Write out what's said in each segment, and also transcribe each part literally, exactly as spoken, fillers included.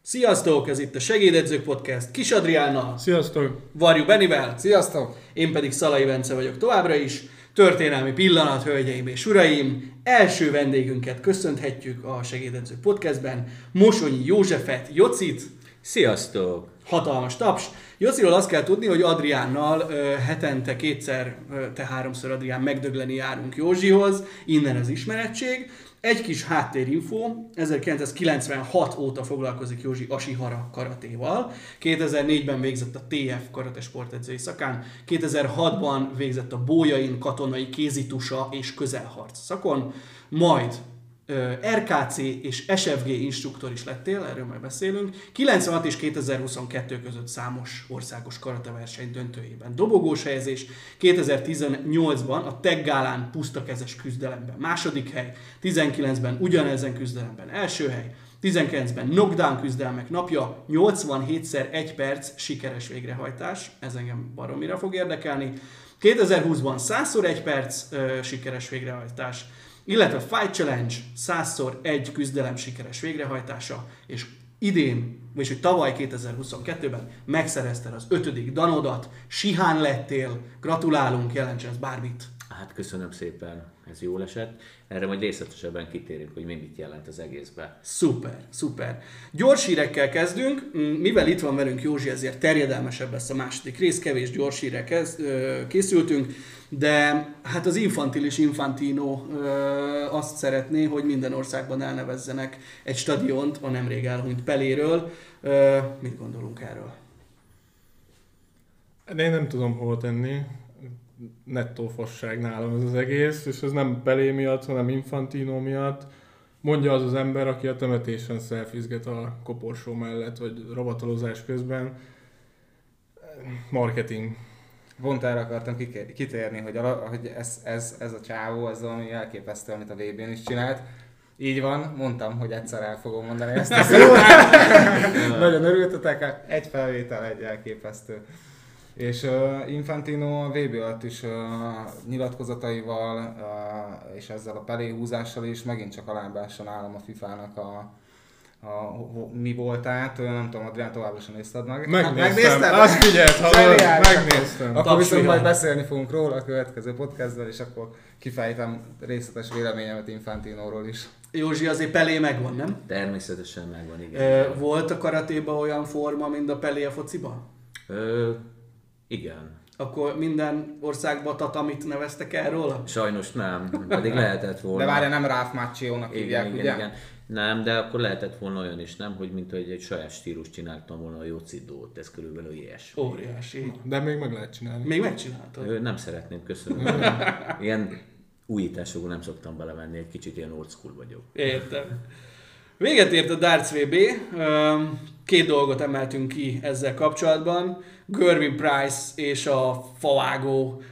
Sziasztok! Ez itt a Segédedzők Podcast Kis Adriánnal. Sziasztok! Varjú Benivel. Sziasztok! Én pedig Szalai Bence vagyok továbbra is. Történelmi pillanat, hölgyeim és uraim! Első vendégünket köszönhetjük a Segédedzők Podcastben, Mosonyi Józsefet, Jocit. Sziasztok! Hatalmas taps! Jociról azt kell tudni, hogy Adriánnal ö, hetente kétszer, ö, te háromszor Adrián megdögleni járunk Józsihoz, innen az ismerettség. Egy kis háttérinfo, ezerkilencszázkilencvenhat óta foglalkozik Józsi Ashihara karatéval. kétezer-négyben végzett a té ef karate sportedzői szakán, kétezer-hatban végzett a Bólyain katonai kézitusa és közelharc szakon, majd er ká cé és es ef gé instruktor is lettél, erről majd beszélünk. kilencvenhat és kétezer-huszonkettő között számos országos karateverseny döntőjében dobogós helyezés. kétezer-tizennyolcban a Tech Gálán pusztakezes küzdelemben második hely, tizenkilencben ugyanezen küzdelemben első hely, tizenkilencben knockdown küzdelmek napja, nyolcvanhétszer egy perc sikeres végrehajtás, ez engem baromira fog érdekelni. kétezer-húszban százszor egy perc uh, sikeres végrehajtás, illetve Fight Challenge százszor egy küzdelem sikeres végrehajtása, és idén, vagyis hogy tavaly kétezer-huszonkettőben megszerezted az ötödik danodat, Sihán lettél, gratulálunk, jelentsen bármit. Hát köszönöm szépen, ez jól esett. Erre majd részletesebben kitérünk, hogy mi mit jelent az egészben. Szuper, szuper. Gyors hírekkel kezdünk, mivel itt van velünk Józsi, ezért terjedelmesebb lesz a második rész, kevés gyors hírre kezd, készültünk, de hát az infantilis Infantino azt szeretné, hogy minden országban elnevezzenek egy stadiont a nemrég elhunyt Peléről. Mit gondolunk erről? De én nem tudom hol tenni. Nettó fasság nálam ez az egész, és ez nem Pelé miatt, hanem Infantino miatt. Mondja az az ember, aki a temetésen szelfizget a koporsó mellett, vagy ravatalozás közben. Marketing. Pont erre akartam kitérni, hogy, a, hogy ez, ez, ez a csávó, ez valami elképesztő, amit a vé bén is csinált. Így van, mondtam, hogy egyszer el fogom mondani ezt a szót. Nagyon örültetek, egy felvétel, egy elképesztő. És uh, Infantino a vé bé alatt is uh, nyilatkozataival uh, és ezzel a Pelé húzással is megint csak alábásan állom a fifának a, a, a mi voltát, nem tudom, Adrián, továbbra sem nézted meg. Megnéztem, hát, azt figyelt, hallod, megnéztem. Akkor viszont majd beszélni fogunk róla a következő podcastben, és akkor kifejtem részletes véleményemet Infantinóról is. Józsi, azért Pelé megvan, nem? Természetesen megvan, igen. Ö, volt a karatéban olyan forma, mint a Pelé a fociban? Ö, igen. Akkor minden országban tatamit neveztek el róla? Sajnos nem, pedig lehetett volna. De várja, nem Ralph Macchio-nak hívják, igen, ugye? Igen. Nem, de akkor lehetett volna olyan is, nem, hogy mint hogy egy saját stílus csináltam volna a Jocidót, ez körülbelül ilyesmi. Óriási. De még meg lehet csinálni. Még megcsináltad? Ö, nem szeretném, köszönöm. Ilyen újításokból nem szoktam belemenni, egy kicsit ilyen old school vagyok. Értem. Véget ért a Darts vé bé, két dolgot emeltünk ki ezzel kapcsolatban. Gervin Price és a favágó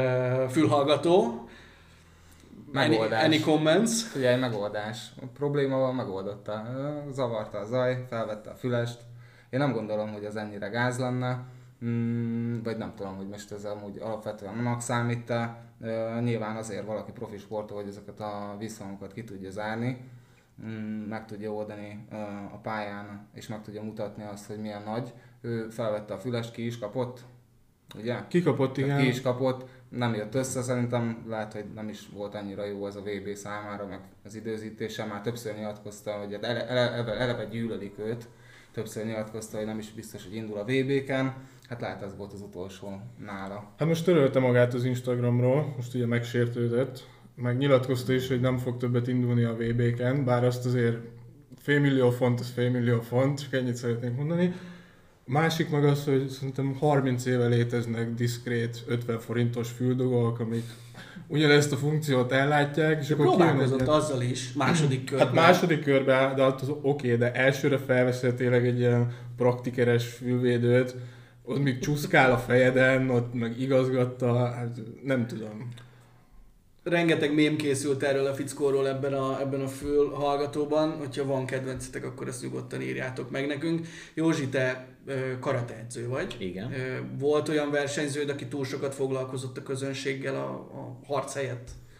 fülhallgató. Megoldás. Any, any comments? Figyelj, megoldás. A probléma van, megoldotta. Zavarta a zaj, felvette a fülest. Én nem gondolom, hogy az ennyire gáz lenne. Mm, vagy nem tudom, hogy most ez amúgy alapvetően annak számít-e. Nyilván azért valaki profi sportol, hogy ezeket a visszhangokat ki tudja zárni. Meg tudja oldani a pályán, és meg tudja mutatni azt, hogy milyen nagy. Ő felvette a fülest, ki is kapott, ugye? Kikapott, igen. Ki is kapott, nem jött össze, szerintem lehet, hogy nem is volt annyira jó ez a vé bé számára, meg az időzítése, már többször nyilatkozta, hogy ele, eleve, eleve gyűlölik őt, többször nyilatkozta, hogy nem is biztos, hogy indul a vé béken, hát lehet ez volt az utolsó nála. Hát most törölte magát az Instagramról, most ugye megsértődött, meg nyilatkozta is, hogy nem fog többet indulni a vé béken, bár azt azért félmillió font, az félmillió font, csak ennyit szeretnék mondani. A másik meg az, hogy szerintem harminc éve léteznek diszkrét ötven forintos füldugók, amik ugyanezt a funkciót ellátják. És akkor próbálkozott ilyen... azzal is, második körben. Hát második körben, de az oké, okay, de elsőre felveszel tényleg egy ilyen praktikeres fülvédőt, ott még csúszkál a fejeden, ott meg igazgatta, hát nem tudom. Rengeteg mém készült erről a fickóról ebben a, ebben a fülhallgatóban, hogyha van kedvencetek, akkor ezt nyugodtan írjátok meg nekünk. Józsi, te karateedző vagy. Igen. Volt olyan versenyződ, aki túl sokat foglalkozott a közönséggel a, a harc helyett?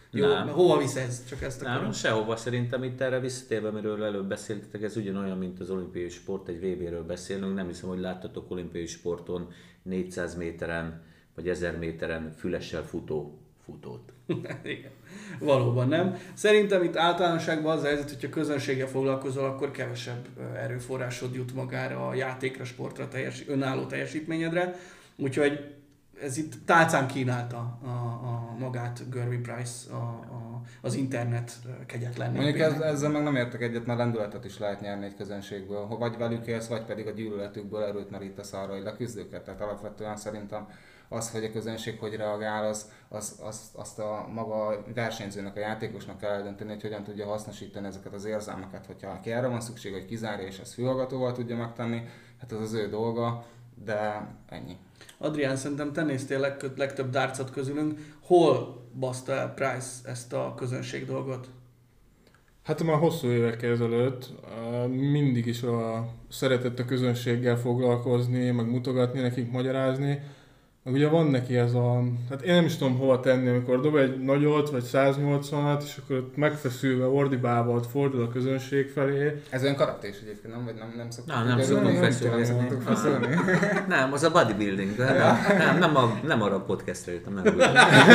Jó, Nem. hova visz ez? Csak ezt akarom. Nem, sehova. Szerintem itt erre visszatérve, amiről előbb beszéltetek, ez ugyanolyan, mint az olimpiai sport, egy vé béről beszélünk. Nem hiszem, hogy láttatok olimpiai sporton négyszáz méteren vagy ezer méteren fülessel futó futót. Igen, valóban nem. Szerintem itt általánosságban az a helyzet, hogyha közönséggel foglalkozol, akkor kevesebb erőforrásod jut magára a játékra, sportra, teljes, önálló teljesítményedre. Úgyhogy ez itt tálcán kínálta a, a magát Gervais Price a, a, az internet kegyetlen Mondjuk népének. ez, ezzel meg nem értek egyet, mert lendületet is lehet nyerni egy közönségből. Vagy velük élsz, vagy pedig a gyűlöletükből erőt merítasz arra, hogy leküzd őket. Tehát alapvetően szerintem az, hogy a közönség hogy reagál, az, az, az, azt a maga versenyzőnek, a játékosnak kell eldönteni, hogy hogyan tudja hasznosítani ezeket az érzelmeket. Hogyha aki erre van szükség, hogy kizárja és ezt fülhallgatóval tudja megtenni, hát az az ő dolga, de ennyi. Adrián, szerintem te néztél leg, legtöbb dárcot közülünk. Hol baszta el Price ezt a közönség dolgot? Hát már hosszú évekkel ezelőtt uh, mindig is a, szeretett a közönséggel foglalkozni, meg mutogatni, nekik magyarázni. Meg ugye van neki ez a... Hát én nem is tudom hova tenni, amikor dob egy nagyot, vagy száznyolcvanat, és akkor ott megfeszülve, ordibálva ott fordul a közönség felé. Ez olyan karatés egyébként, nem? Vagy nem, nem szoktuk? Nem, nem ugye, szoktunk nem, feszülni. Nem szoktuk feszülni. Nem, az a bodybuilding. Nem, nem, nem, a, nem arra a podcastra jöttem, nem úgy.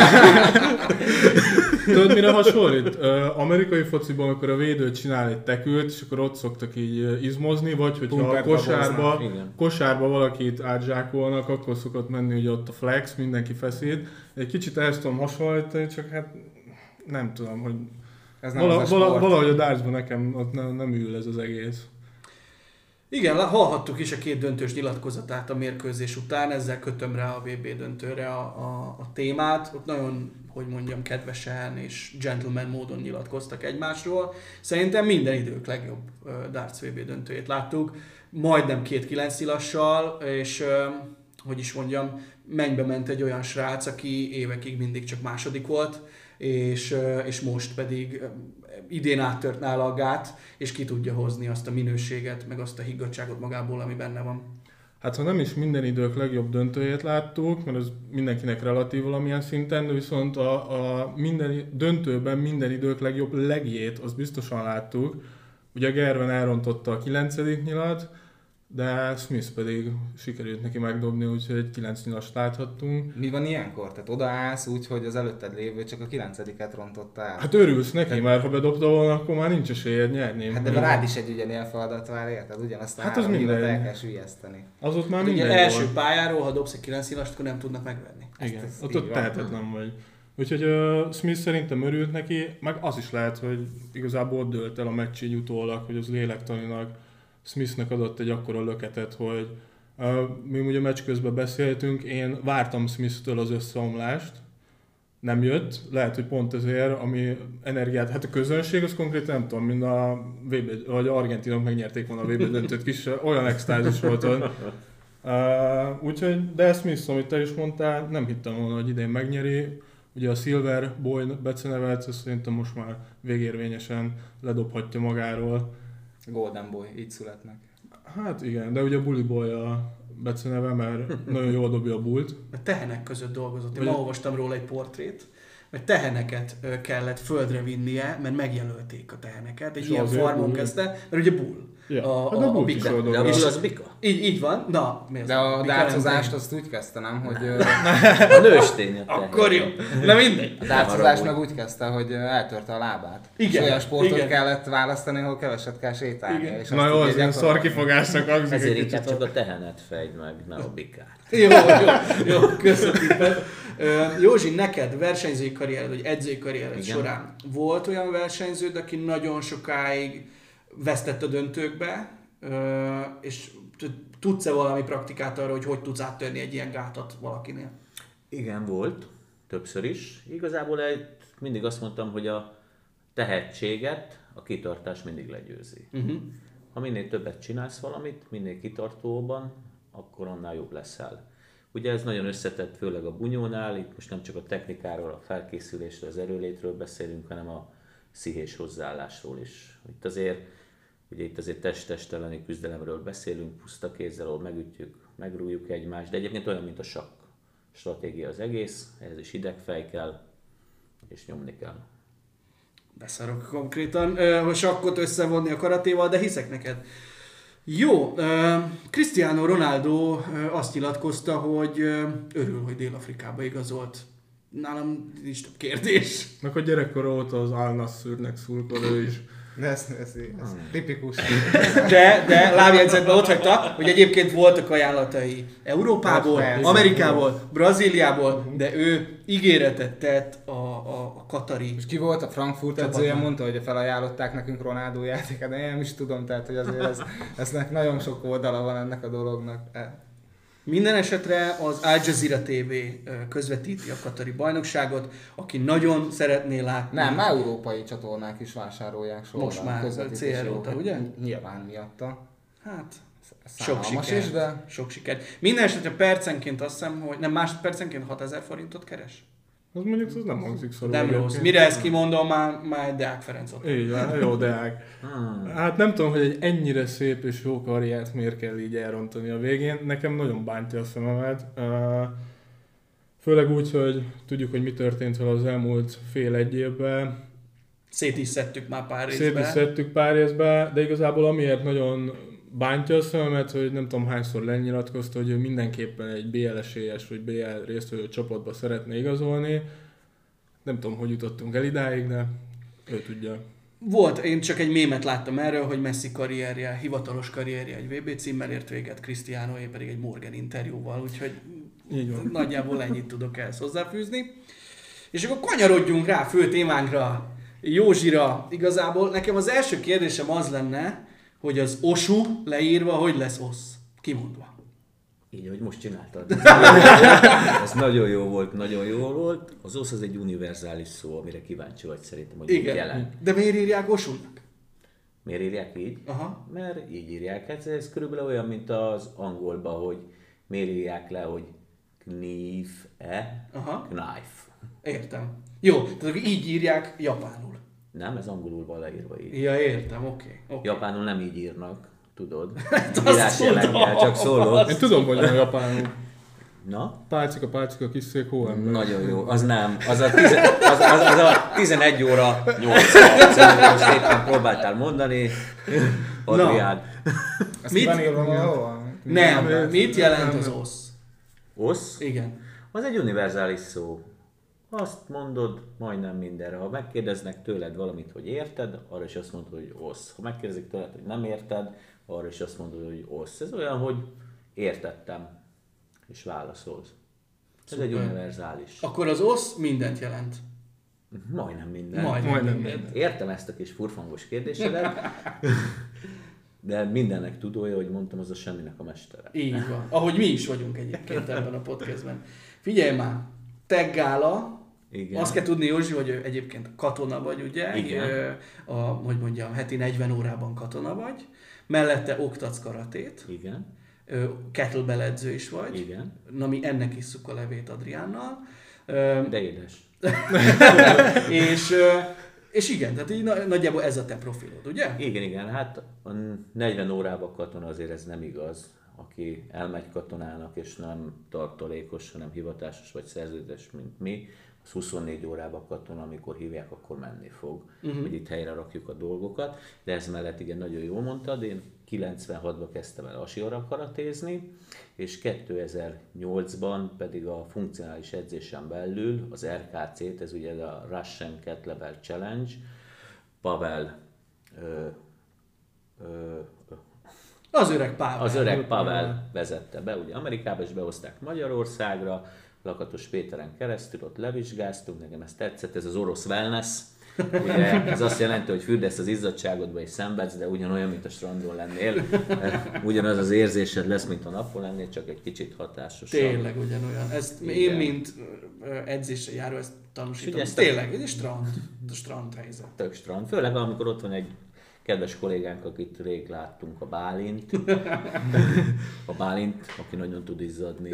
Tudod, mire hasonlít? Uh, amerikai fociban, amikor a védő csinál egy tekült, és akkor ott szoktak így uh, izmozni, vagy hogyha a Pumpert kosárba, baboznak, kosárba valakit átzsákolnak, akkor szokott menni ugye ott a flex, mindenki feszít. Egy kicsit ezt tudom hasonlítani, csak hát nem tudom, hogy Ez nem vala, az a vala, sport. valahogy a dartsban nekem ott nem, nem ül ez az egész. Igen, hallhattuk is a két döntős nyilatkozatát a mérkőzés után, ezzel kötöm rá a vé bé döntőre a, a, a témát. Ott nagyon, hogy mondjam, kedvesen és gentleman módon nyilatkoztak egymásról. Szerintem minden idők legjobb uh, darts vé bé döntőjét láttuk. Majdnem két kilenc nyilassal, és uh, hogy is mondjam, mennybe ment egy olyan srác, aki évekig mindig csak második volt, és, uh, és most pedig uh, idén áttört nála a gát, és ki tudja hozni azt a minőséget, meg azt a higgadtságot magából, ami benne van. Hát ha nem is minden idők legjobb döntőjét láttuk, mert ez mindenkinek relatív valamilyen szinten, de viszont a, a minden döntőben minden idők legjobb legjét, azt biztosan láttuk. Ugye Gerben elrontotta a kilencedik nyilat, de Smith pedig sikerült neki megdobni, úgyhogy egy kilenc nyilast láthattunk. Mi van ilyenkor? Tehát odaállsz úgy, hogy az előtted lévő csak a kilencediket rontotta el. Hát örülsz neki, mert ha bedobta volna, akkor már nincs esélyed nyerni. Hát de rád is egy ugyanilyen feladat vár, érted? Ugyanazt a Hát az három hívat mindegy. el kell süllyeszteni. Az ott már Ugye minden első volt. pályáról, ha dobsz egy kilenc nyilast, akkor nem tudnak megverni. Igen, ezt ott, így ott van. tehetetlen vagy. Úgyhogy uh, Smith szerintem örült neki, meg az is lehet, hogy igazából ott dőlt el a meccs így utólag, hogy az lélektanilag Smithnek adott egy akkora löketet, hogy uh, mi ugye meccs közben beszéltünk, én vártam Smith-től az összeomlást, nem jött, lehet, hogy pont ezért, ami energiát, hát a közönség az konkrétan nem tudom, mint a vé bé, vagy argentinok megnyerték volna a vé bé döntőt kis, olyan extázis volt ott. Uh, úgyhogy, de Smith, amit te is mondtál, nem hittem volna, hogy idén megnyeri. Ugye a Silver Boy becenevet, ezt szerintem most már végérvényesen ledobhatja magáról. Golden Boy, így születnek. Hát igen, de ugye Bully Boy a beceneve, mert nagyon jól dobja a bult. Mert tehenek között dolgozott. Én Vagy- ma olvastam róla egy portrét, mert teheneket ö, kellett földre vinnie, mert megjelölték a teheneket, és És ilyen azért farmon bull. kezdte, mert ugye bull. Ja, A- hát de a- a Bullt bika. is jól De a dobja. bull az bika? Így, így van. Na, mi az? De a Bika dárcozást nem azt úgy kezdte, nem? Hogy ö, A nőstény. a tehen. Akkor jó. tehen. Na mindegy. a dárcozást haragudj. meg úgy kezdte, hogy ö, eltörte a lábát. Igen, És olyan sportot igen. kellett választani, ahol keveset kell sétálni. Igen. És Na azt jó, így az ilyen gyakorolni. szarkifogásnak hangzik egy Ezért kicsit. inkább csak a tehenet fejt meg, ne a bikát. Jó, jó, jó, köszönöm. Ö, Józsi, neked versenyzői karriered, vagy edzői karriered Igen. során volt olyan versenyződ, aki nagyon sokáig vesztett a döntőkbe, ö, és t- tudsz-e valami praktikát arra, hogy hogy tudsz áttörni egy ilyen gátat valakinél? Igen, volt. Többször is. Igazából egy, mindig azt mondtam, hogy a tehetséget a kitartás mindig legyőzi. Uh-huh. Ha minél többet csinálsz valamit, minél kitartóban, akkor annál jobb leszel. Ugye ez nagyon összetett, főleg a bunyónál, itt most nem csak a technikáról, a felkészülésről, az erőlétről beszélünk, hanem a pszichés hozzáállásról is. Itt azért, ugye itt azért test-test elleni küzdelemről beszélünk, puszta kézzel, ahol megütjük, megrújjuk egymást, de egyébként olyan, mint a sakk stratégia az egész, ehhez is hidegfej kell, és nyomni kell. Beszarok konkrétan, hogy sakkot összevonni a karatéval, de hiszek neked. Jó, Cristiano Ronaldo azt nyilatkozta, hogy örül, hogy Dél-Afrikába igazolt. Nálam nincs több kérdés. Meg a gyerekkor óta az Al Nassrnek szurkol ő is. De ez, ez, ez tipikus. De, de lábjegyzetben ott hagyta, hogy egyébként voltak ajánlatai Európából, Hát, Amerikából, Brazíliából, de ő ígéretet tett a, a, a katari. És ki volt a Frankfurt edzője, mondta, hogy felajánlották nekünk Ronaldo játékát, de én nem is tudom, tehát hogy azért ez, eznek nagyon sok oldala van ennek a dolognak. Minden esetre az Al Jazeera té vé közvetíti a katari bajnokságot, aki nagyon szeretné látni. Nem, már európai csatornák is vásárolják soha. Most már cé er óta, ugye? Nyilván miatta. Hát, sok siker. Is, de... Sok siker. Minden esetre percenként azt hiszem, hogy nem másodpercenként hatezer forintot keres. Az mondjuk az nem hangzik szorul. Nem rossz. Mire ezt kimondom, már, már Deák Ferenc ott. Így van, jó Deák. Hmm. Hát nem tudom, hogy egy ennyire szép és jó karriert miért kell így elrontani a végén. Nekem nagyon bántja a szememet. Főleg úgy, hogy tudjuk, hogy mi történt vele az elmúlt fél-egy évben. Szét is szedtük már pár részbe. Szét is szedtük pár részbe, de igazából amiért nagyon bántja a szememet, hogy nem tudom hányszor lenyilatkozta, hogy ő mindenképpen egy bé el esélyes vagy bé el résztvevő csapatba szeretne igazolni. Nem tudom, hogy jutottunk el idáig, de ő tudja. Volt, én csak egy mémet láttam erről, hogy Messi karrierje, hivatalos karrierje egy vé bé címmel ért véget, Cristianoé pedig egy Morgan interjúval, úgyhogy így van. Nagyjából ennyit tudok ehhez hozzáfűzni. És akkor kanyarodjunk rá fő témánkra, Józsira. Igazából nekem az első kérdésem az lenne, hogy az Osu leírva, hogy lesz osz? Kimondva. Így, ahogy most csináltad. Ez nagyon jó volt, nagyon jó volt. Az osz az egy univerzális szó, amire kíváncsi vagy szerintem, hogy igen. Jelent. De miért írják Osunak? Miért írják így? Aha. Mert így írják. Ez, ez körülbelül olyan, mint az angolban, hogy miért írják le, hogy knife-e, aha. knife. Értem. Jó, tehát így írják japánul. Nem, ez angolul van leírva így. Ja, értem, oké. Okay, okay. Japánul nem így írnak, tudod. Írás jelenkel, csak szólok. Én tudom, hogy a japánul. Na? Pálcika, pálcika, kis szék, hóember. Nagyon jó, az nem. Az a, tize, az, az, az a tizenegy óra nyolc most éppen próbáltál mondani. Adrián. Ezt mit? Van írva valahol? Nem, nem, mit jelent az osz? Osz? Igen. Az egy univerzális szó. Azt mondod majdnem mindenre. Ha megkérdeznek tőled valamit, hogy érted, arra is azt mondod, hogy osz. Ha megkérdezik tőled, hogy nem érted, arra is azt mondod, hogy osz. Ez olyan, hogy értettem, és válaszolsz. Ez szuper. Egy univerzális. Akkor az osz mindent jelent. Majdnem minden. Majdnem, Majdnem minden. minden. Értem ezt a kis furfangos kérdésedet, de mindennek tudója, hogy mondtam, az a semminek a mestere. Így van. Ahogy mi is vagyunk egyébként ebben a podcastben. Figyelj már, Teggála. Igen. Azt kell tudni, Józsi, hogy egyébként katona vagy, ugye? Igen. A, hogy mondjam, heti negyven órában katona vagy. Mellette oktatsz karatét. Igen. Kettlebell edző is vagy. Igen. Na, mi ennek isszuk a levét Adriánnal. De édes. és, és igen, tehát így nagyjából ez a te profilod, ugye? Igen, igen. Hát a negyven órában katona azért ez nem igaz. Aki elmegy katonának és nem tartalékos, hanem hivatásos vagy szerződés, mint mi, az huszonnégy órában katona, amikor hívják, akkor menni fog, uh-huh. hogy itt helyre rakjuk a dolgokat. De ez mellett igen, nagyon jól mondtad, én kilencvenhatban kezdtem el asiora karatézni, és kétezer-nyolcban pedig a funkcionális edzésen belül az er ká cét, ez ugye a Russian Kettlebell Challenge, Pavel ö, ö, Az öreg Pavel. Az öreg Pavel vezette be, ugye Amerikába, és behozták Magyarországra, Lakatos Péteren keresztül, ott levizsgáztunk, nekem ez tetszett, ez az orosz wellness. Ugye, ez azt jelenti, hogy fürdesz az izzadságodba és szenvedsz, de ugyanolyan, mint a strandon lennél. Ugyanaz az érzésed lesz, mint a napon lennél, csak egy kicsit hatásosabb. Tényleg ugyanolyan. Ezt igen. Én, mint edzésre járó, ezt tanúsítom. Ez tényleg, ez egy strand, a strand helyzet. Tök strand, főleg amikor ott van egy kedves kollégánk, akit rég láttunk, a Bálint. A Bálint, aki nagyon tud izzadni.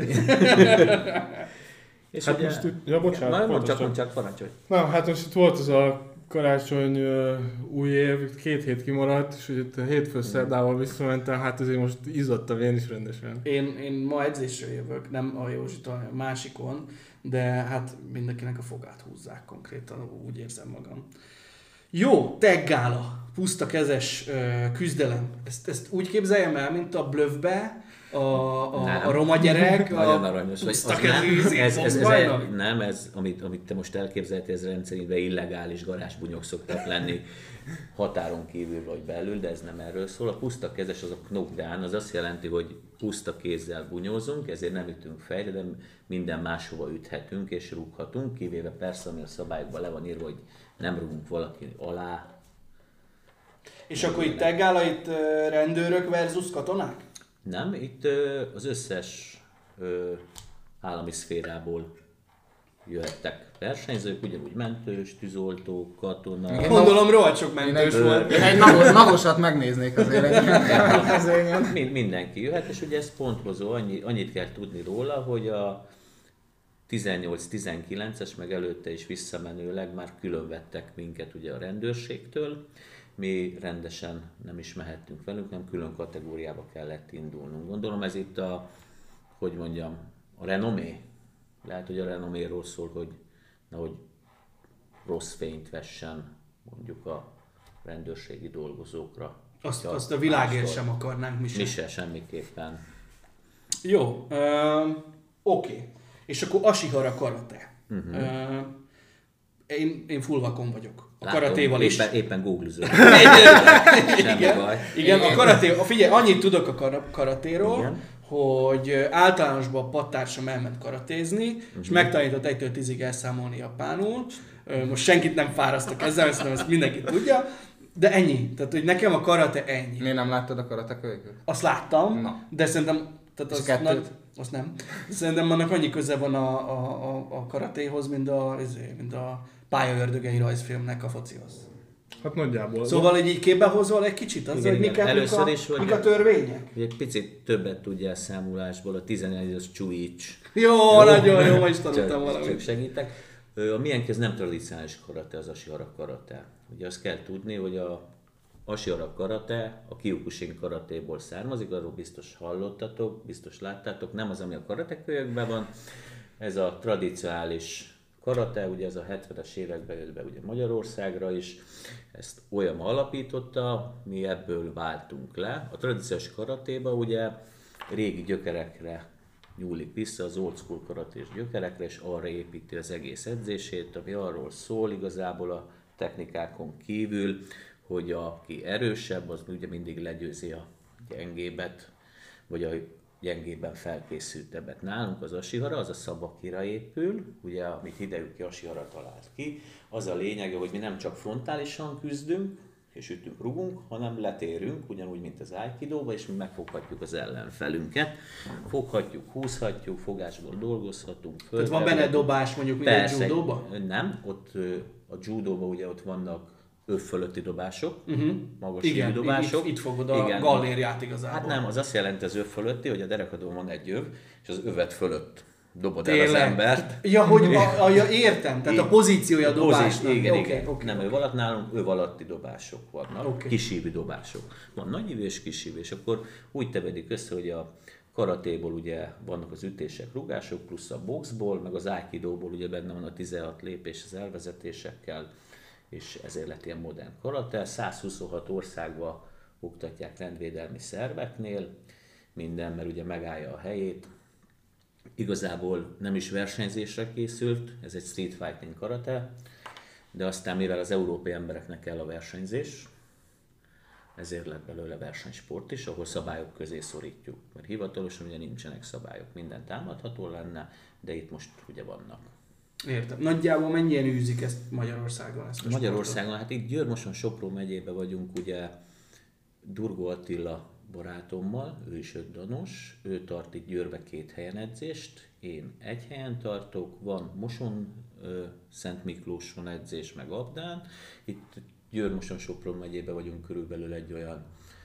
És hát ugye, most itt, ja bocsánat. Na, mondd csak, mondd csak, parancsolj. Na, hát most itt volt az a karácsony, ö, új év, két hét kimaradt, és itt hétfő szerdával visszamentem, hát azért most izzadtam én is rendesen. Én, én ma edzésre jövök, nem a Józsitól, a másikon, de hát mindenkinek a fogát húzzák konkrétan, úgy érzem magam. Jó, tag gála, puszta kezes ö, küzdelem. Ezt, ezt úgy képzeljem el, mint a Bluffbe, a, a, a roma gyerek, Nagyon a aranyos vagy. puszta Az kezű nem, ez, ez, ez, bajnok. nem, ez, amit, amit te most elképzeltél, ez rendszerintben illegális garázsbunyok szoktak lenni határon kívül vagy belül, de ez nem erről szól. A puszta kezes, az a knockdown, az azt jelenti, hogy puszta kézzel bunyózunk, ezért nem ütünk fejre, de minden máshova üthetünk és rúghatunk, kivéve persze, ami a szabályokban le van írva, hogy nem rúgunk valaki alá. És akkor itt tag gála, itt ö, rendőrök versus katonák? Nem, itt ö, az összes ö, állami szférából jöhettek versenyzők, ugyanúgy mentős, tűzoltók, katona. Igen. Gondolom rohadt sok mentős Én volt. Én egy navos, navosat megnéznék azért egy rendezvényen. Mind, mindenki jöhet, és ugye ez ponthozó, annyi, annyit kell tudni róla, hogy a tizennyolc tizenkilences, meg előtte is visszamenőleg már különvettek minket ugye a rendőrségtől. Mi rendesen nem is mehettünk velünk, nem külön kategóriába kellett indulnunk. Gondolom ez itt a, hogy mondjam, a renomé. Lehet, hogy a renoméról szól, hogy nehogy rossz fényt vessen mondjuk a rendőrségi dolgozókra. Azt, Ja, azt a világért mástól. sem akarnánk mi sem. Mi se, semmiképpen. Jó, uh, oké. Okay. És akkor Ashihara karate. Uh-huh. Uh, én, én full vakon vagyok. A Látom, karatéval is. Éppen, éppen googlizom. Semmi Igen, baj. igen, a karaté, a figyelj, annyit tudok a kar- karatéról, Igen. hogy általánosban a pattársam elment karatézni, uh-huh. és megtanított egytől tízig elszámolni japánul. Most senkit nem fárasztok ezzel, ezt, ezt mindenki tudja. De ennyi. Tehát, hogy nekem a karate ennyi. Miért nem láttad a karate kölyköt? Azt láttam, Na. de szerintem... Tehát És az, kettőt? nagy, azt nem. Szerintem annak annyi köze van a, a, a, a karatéhoz, mint a, mint a pályaördögei rajzfilmnek a focihoz. Hát nagyjából. Szóval egy így képbe hozol egy kicsit, az, Igen, hogy igen. mik, mik, Először a, is, hogy- mik a törvények? Egy picit többet tudjál számolásból, a tizenegy az csúics. Jó, jó, nagyon jó, ma is tanultam Csak, csak valamit. segítek. Ö, A miénk ez nem tradicionális karate, az Ashihara karate. Ugye azt kell tudni, hogy a Ashihara karate a Kyokushin karatéból származik, arról biztos hallottatok, biztos láttátok, nem az, ami a karatekölyökben van. Ez a tradicionális karate, ugye ez a hetvenes években jött be ugye Magyarországra is, ezt Oyama alapította, mi ebből váltunk le. A tradicionális karatéba ugye régi gyökerekre nyúlik vissza, az old school karatés gyökerekre, és arra építi az egész edzését, ami arról szól igazából a technikákon kívül, hogy aki erősebb, az ugye mindig legyőzi a gyengébet, vagy a gyengében felkészültebbet. Nálunk az Ashihara, az a szabakira épül, ugye, amit Hideyuki Ashihara talált ki. Az a lényege, hogy mi nem csak frontálisan küzdünk, és ütünk, rugunk, hanem letérünk, ugyanúgy, mint az Aikidóba, és mi megfoghatjuk az ellenfelünket. Foghatjuk, húzhatjuk, fogásból dolgozhatunk. Tehát van benne dobás mondjuk, mint Persze, egy judóba? nem, ott ö, a judóban ugye ott vannak öv fölötti dobások, Uh-huh. magas Igen, dobások. itt, itt fogod a Igen. gallériát igazából. Hát nem, az azt jelenti az öv fölötti, hogy a derekadón van egy öv, és az övet fölött dobod el Tényleg? az embert. Ja, hogy a, a, ja, értem, tehát a pozíciója a Pozíció, dobásnak. igen, Oké, igen. oké, Nem oké. öv alatt, nálunk öv alatti dobások vannak, Oké. kisívű dobások. Van nagyívű és kisívű, és akkor úgy tevedik össze, hogy a karatéból ugye vannak az ütések, rugások, plusz a boxból, meg az aikidóból ugye benne van a tizenhat lépés az elvezetésekkel, és ezért lett ilyen modern karate. száz huszonhat országban oktatják rendvédelmi szerveknél, minden, mert ugye megállja a helyét. Igazából nem is versenyzésre készült, ez egy street fighting karate, de aztán mivel az európai embereknek kell a versenyzés, ezért lett belőle versenysport is, ahol szabályok közé szorítjuk. Mert hivatalosan ugye nincsenek szabályok, minden támadható lenne, de itt most ugye vannak. Értem. Nagyjából mennyien űzik ezt Magyarországon? Ezt a Magyarországon, hát itt Győr-Moson-Sopron megyében vagyunk, ugye Durgó Attila barátommal, ő is ötdanos, ő tart itt Győrbe két helyen edzést, én egy helyen tartok, van Moson, Szent Miklóson edzés, meg Abdán. Itt Győr-Moson-Sopron megyében vagyunk körülbelül egy olyan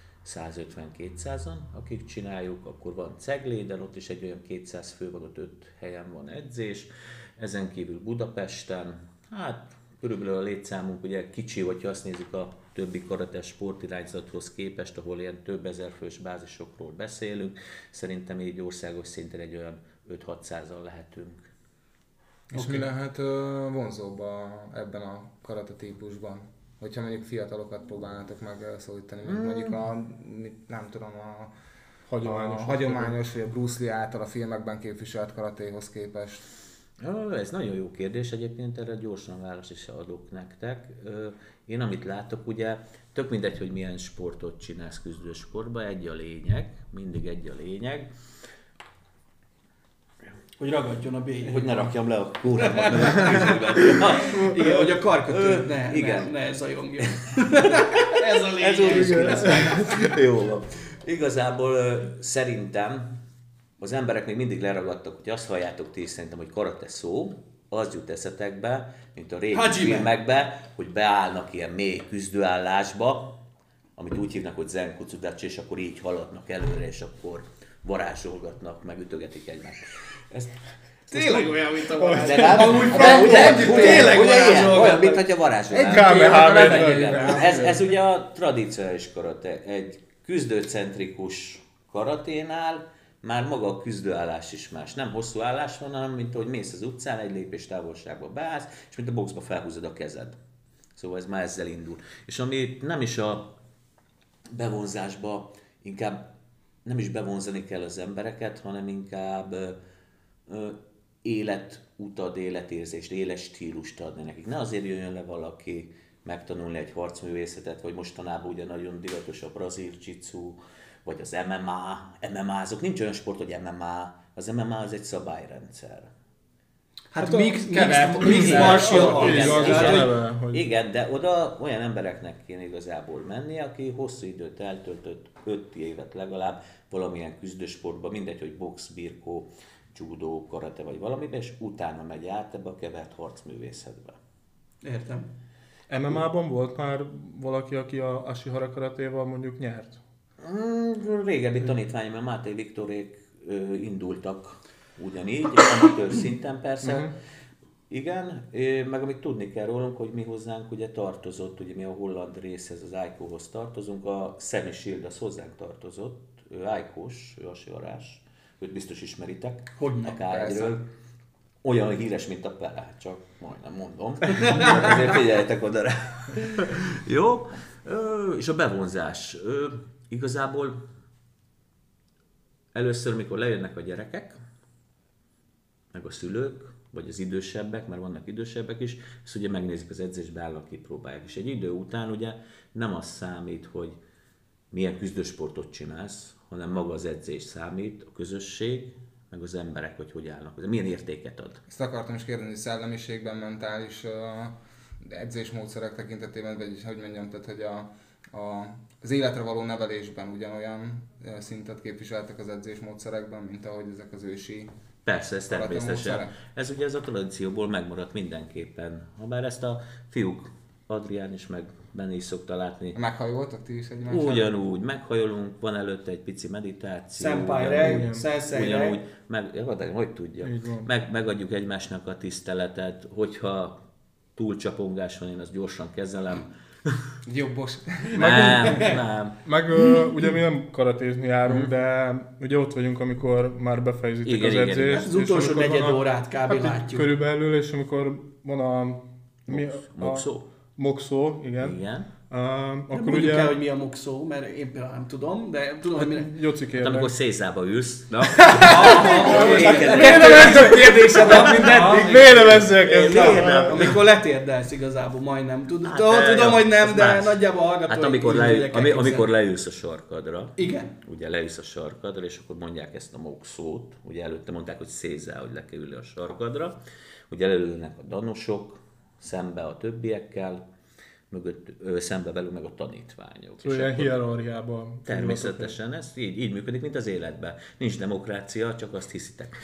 százötven-kétszázan, akik csináljuk, akkor van Cegléden, ott is egy olyan kétszáz fő van, ott öt helyen van edzés, ezen kívül Budapesten, hát körülbelül a létszámunk ugye kicsi, hogyha azt nézzük a többi karate sportirányzathoz képest, ahol ilyen több ezer fős bázisokról beszélünk. Szerintem így országos szinten egy olyan öt-hatszázal lehetünk. És okay. Mi lehet uh, vonzóbb a, ebben a karate típusban? Hogyha mondjuk fiatalokat próbálnátok meg szólítani, mint mm. mondjuk a, nem tudom, a hagyományos, a hagyományos vagy a Bruce Lee által a filmekben képviselt karatéhoz képest. Ez nagyon jó kérdés, egyébként erre gyorsan választ is adok nektek. Én amit látok, ugye tök mindegy, hogy milyen sportot csinálsz küzdősportban, egy a lényeg, mindig egy a lényeg. Hogy ragadjon a bélyeg. Hogy ne rakjam le a kórámat. Igen, hogy a karkötőt ne, igen. ne, ne zajongjon. Ez a lényeg. Ez jó van. Igazából szerintem az emberek még mindig leragadtak, hogy azt halljátok ti is szerintem, hogy karate szó, az jut eszetekbe, mint a régi Hajime. filmekbe, hogy beállnak ilyen mély küzdőállásba, amit úgy hívnak, hogy zenkutsudachi, és akkor így haladnak előre, és akkor varázsolgatnak, meg ütögetik egymást. Ez tényleg olyan, mint a varázs. De nem, amúgy tényleg olyan, mint hogyha varázsolgatnak. Ez, ez ugye a tradicionális karate. Egy küzdőcentrikus karaténál már maga a küzdőállás is más. Nem hosszú állás van, hanem mint ahogy mész az utcán, egy lépés távolságba beállsz, és mint a boxba felhúzod a kezed. Szóval ez már ezzel indul. És ami nem is a bevonzásba, inkább nem is bevonzani kell az embereket, hanem inkább ö, ö, életutat, életérzést, életstílust adni nekik. Ne azért jöjjön le valaki megtanulni egy harcművészetet, vagy mostanában ugye nagyon divatos a brazil jiu-jitsu, vagy az em em á, em em á-zok. Nincs olyan sport, hogy em em á. Az em em á az egy szabályrendszer. Hát, hát mix, mix, mix martial arts. Igen, de oda olyan embereknek kéne igazából menni, aki hosszú időt eltöltött, öt évet legalább valamilyen küzdősportban, mindegy, hogy box, birkó, judo, karate vagy valamiben, és utána megy át ebbe a kevert harcművészetbe. Értem. em em á-ban volt már valaki, aki a Ashihara karatéval mondjuk nyert? Mm, régebbi tanítványom, a Máté Viktorék ö, indultak ugyanígy, amatőr szinten persze. Uh-huh. Igen, meg amit tudni kell rólunk, hogy mi hozzánk ugye tartozott, ugye mi a holland részhez, az Aikóhoz tartozunk, a Sammy Shield az hozzánk tartozott, ő Aikós, ő asiharás, őt biztos ismeritek. Hogyne, a ká egyről. Olyan híres, mint a Pele, csak majdnem mondom. Azért figyeljetek oda rá. Jó, ö, és a bevonzás. Ö, igazából először, mikor lejönnek a gyerekek, meg a szülők, vagy az idősebbek, mert vannak idősebbek is, ezt ugye megnézik az edzésbe, állnak, kipróbálják. És egy idő után ugye nem az számít, hogy milyen küzdősportot csinálsz, hanem maga az edzés számít, a közösség, meg az emberek, hogy hogy állnak, milyen értéket ad. Ezt akartam is kérdezni, szellemiségben, mentális uh, edzésmódszerek tekintetében, vagy hogy mondjam, tehát hogy a, a, az életre való nevelésben ugyanolyan szintet képviseltek az edzésmódszerekben, mint ahogy ezek az ősi. Persze, ez természetesen. Ez ugye ez a tradícióból megmaradt mindenképpen. Habár ezt a fiúk, Adrián is, meg Benni is szokta látni. Meghajoltak ti is egymásra? Ugyanúgy, meghajolunk, van előtte egy pici meditáció. Senpai reg, sensei reg. Ugyanúgy, meg, ja, hogy tudja. Meg, megadjuk egymásnak a tiszteletet, hogyha túlcsapongás van, én azt gyorsan kezelem. Jobbos. Nem, nem. Meg uh, ugye mi nem karatézni járunk, de ugye ott vagyunk, amikor már befejezitek igen, az edzést. Igen, az utolsó negyed órát kb. Hát látjuk. Körülbelül, és amikor van a... Mi, Moxó. Moxó, igen. Igen. Uh, akkor mondjuk ugye... el, hogy mi a moxó, mert én például nem tudom, de tudom, hogy mi... Joci kérdez. Amikor szészába ülsz. Na. Miért nem ez a kérdésed van, mint eddig? Miért nem ezzel kezdtem? Amikor letérdelsz igazából, majdnem. Tudom, hogy nem, de nagyjából hallgatói. Hát amikor leülsz a sarkadra. Igen. Ugye leülsz a sarkadra, és akkor mondják ezt a moxót. Ugye előtte mondták, hogy szézá, hogy le kell ülni a sarkadra. Ugye leülnek a danosok, szembe a többiekkel, mögött, ö, szembe velük meg a tanítványok. Szóval ilyen hierarchiában. Természetesen ez így, így működik, mint az életben. Nincs demokrácia, csak azt hiszitek.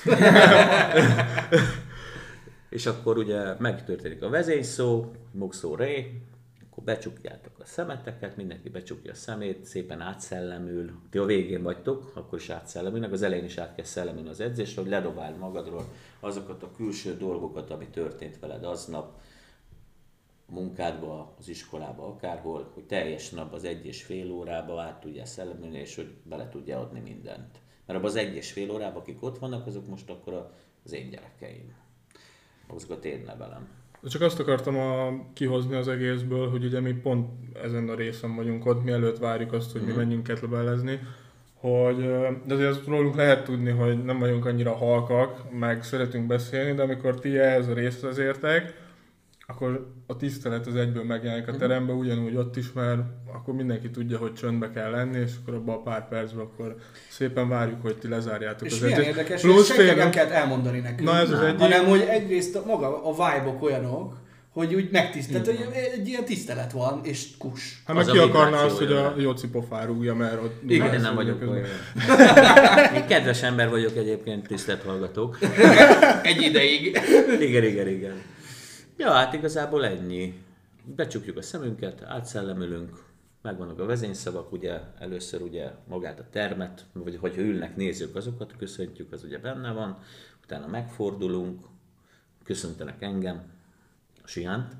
És akkor ugye megtörténik a vezényszó, moxó ré, akkor becsukjátok a szemeteket, mindenki becsukja a szemét, szépen átszellemül. Ti a végén vagytok, akkor is átszellemülnek, az elején is át kell szellemülni az edzésre, hogy ledobáld magadról azokat a külső dolgokat, ami történt veled aznap. a munkádba, az iskolába, akárhol, hogy teljesen abban az egy és fél órába át tudjál szellemülni, és hogy bele tudjál adni mindent. Mert abban az egy és fél órában, akik ott vannak, azok most akkor az én gyerekeim. Azokat én nevelem. Csak azt akartam a, kihozni az egészből, hogy ugye mi pont ezen a részen vagyunk ott, mielőtt várjuk azt, hogy mm-hmm. mi menjünk ketlebellezni, hogy de azért azt rólunk lehet tudni, hogy nem vagyunk annyira halkak, meg szeretünk beszélni, de amikor ti ehhez a részhez értek, akkor a tisztelet az egyből megjelenik a teremben, ugyanúgy ott is, mert akkor mindenki tudja, hogy csöndbe kell lenni, és akkor abban a pár percben akkor szépen várjuk, hogy ti lezárjátok és az milyen edzést. érdekes, Plusz hogy senki tényleg- nem kellett elmondani nekünk, Na ez az egyik. hanem hogy egyrészt a, maga a vibe-ok olyanok, hogy úgy megtisztelt, hogy egy ilyen tisztelet van, és kus. Hát meg Az ki a akarna azt, hogy vibráció a Jóci pofán rúgja, mert ott... Igen, Én nem vagyok közben. olyan. Én kedves ember vagyok egyébként, tisztelt hallgatók. Egy ideig. Igen, igen, igen. Ja, hát igazából ennyi. Becsukjuk a szemünket, átszellemülünk, megvannak a vezényszavak, ugye először ugye magát a termet, vagy hogyha ülnek, nézzük azokat, köszöntjük, az ugye benne van, utána megfordulunk, köszöntenek engem, a Siánt.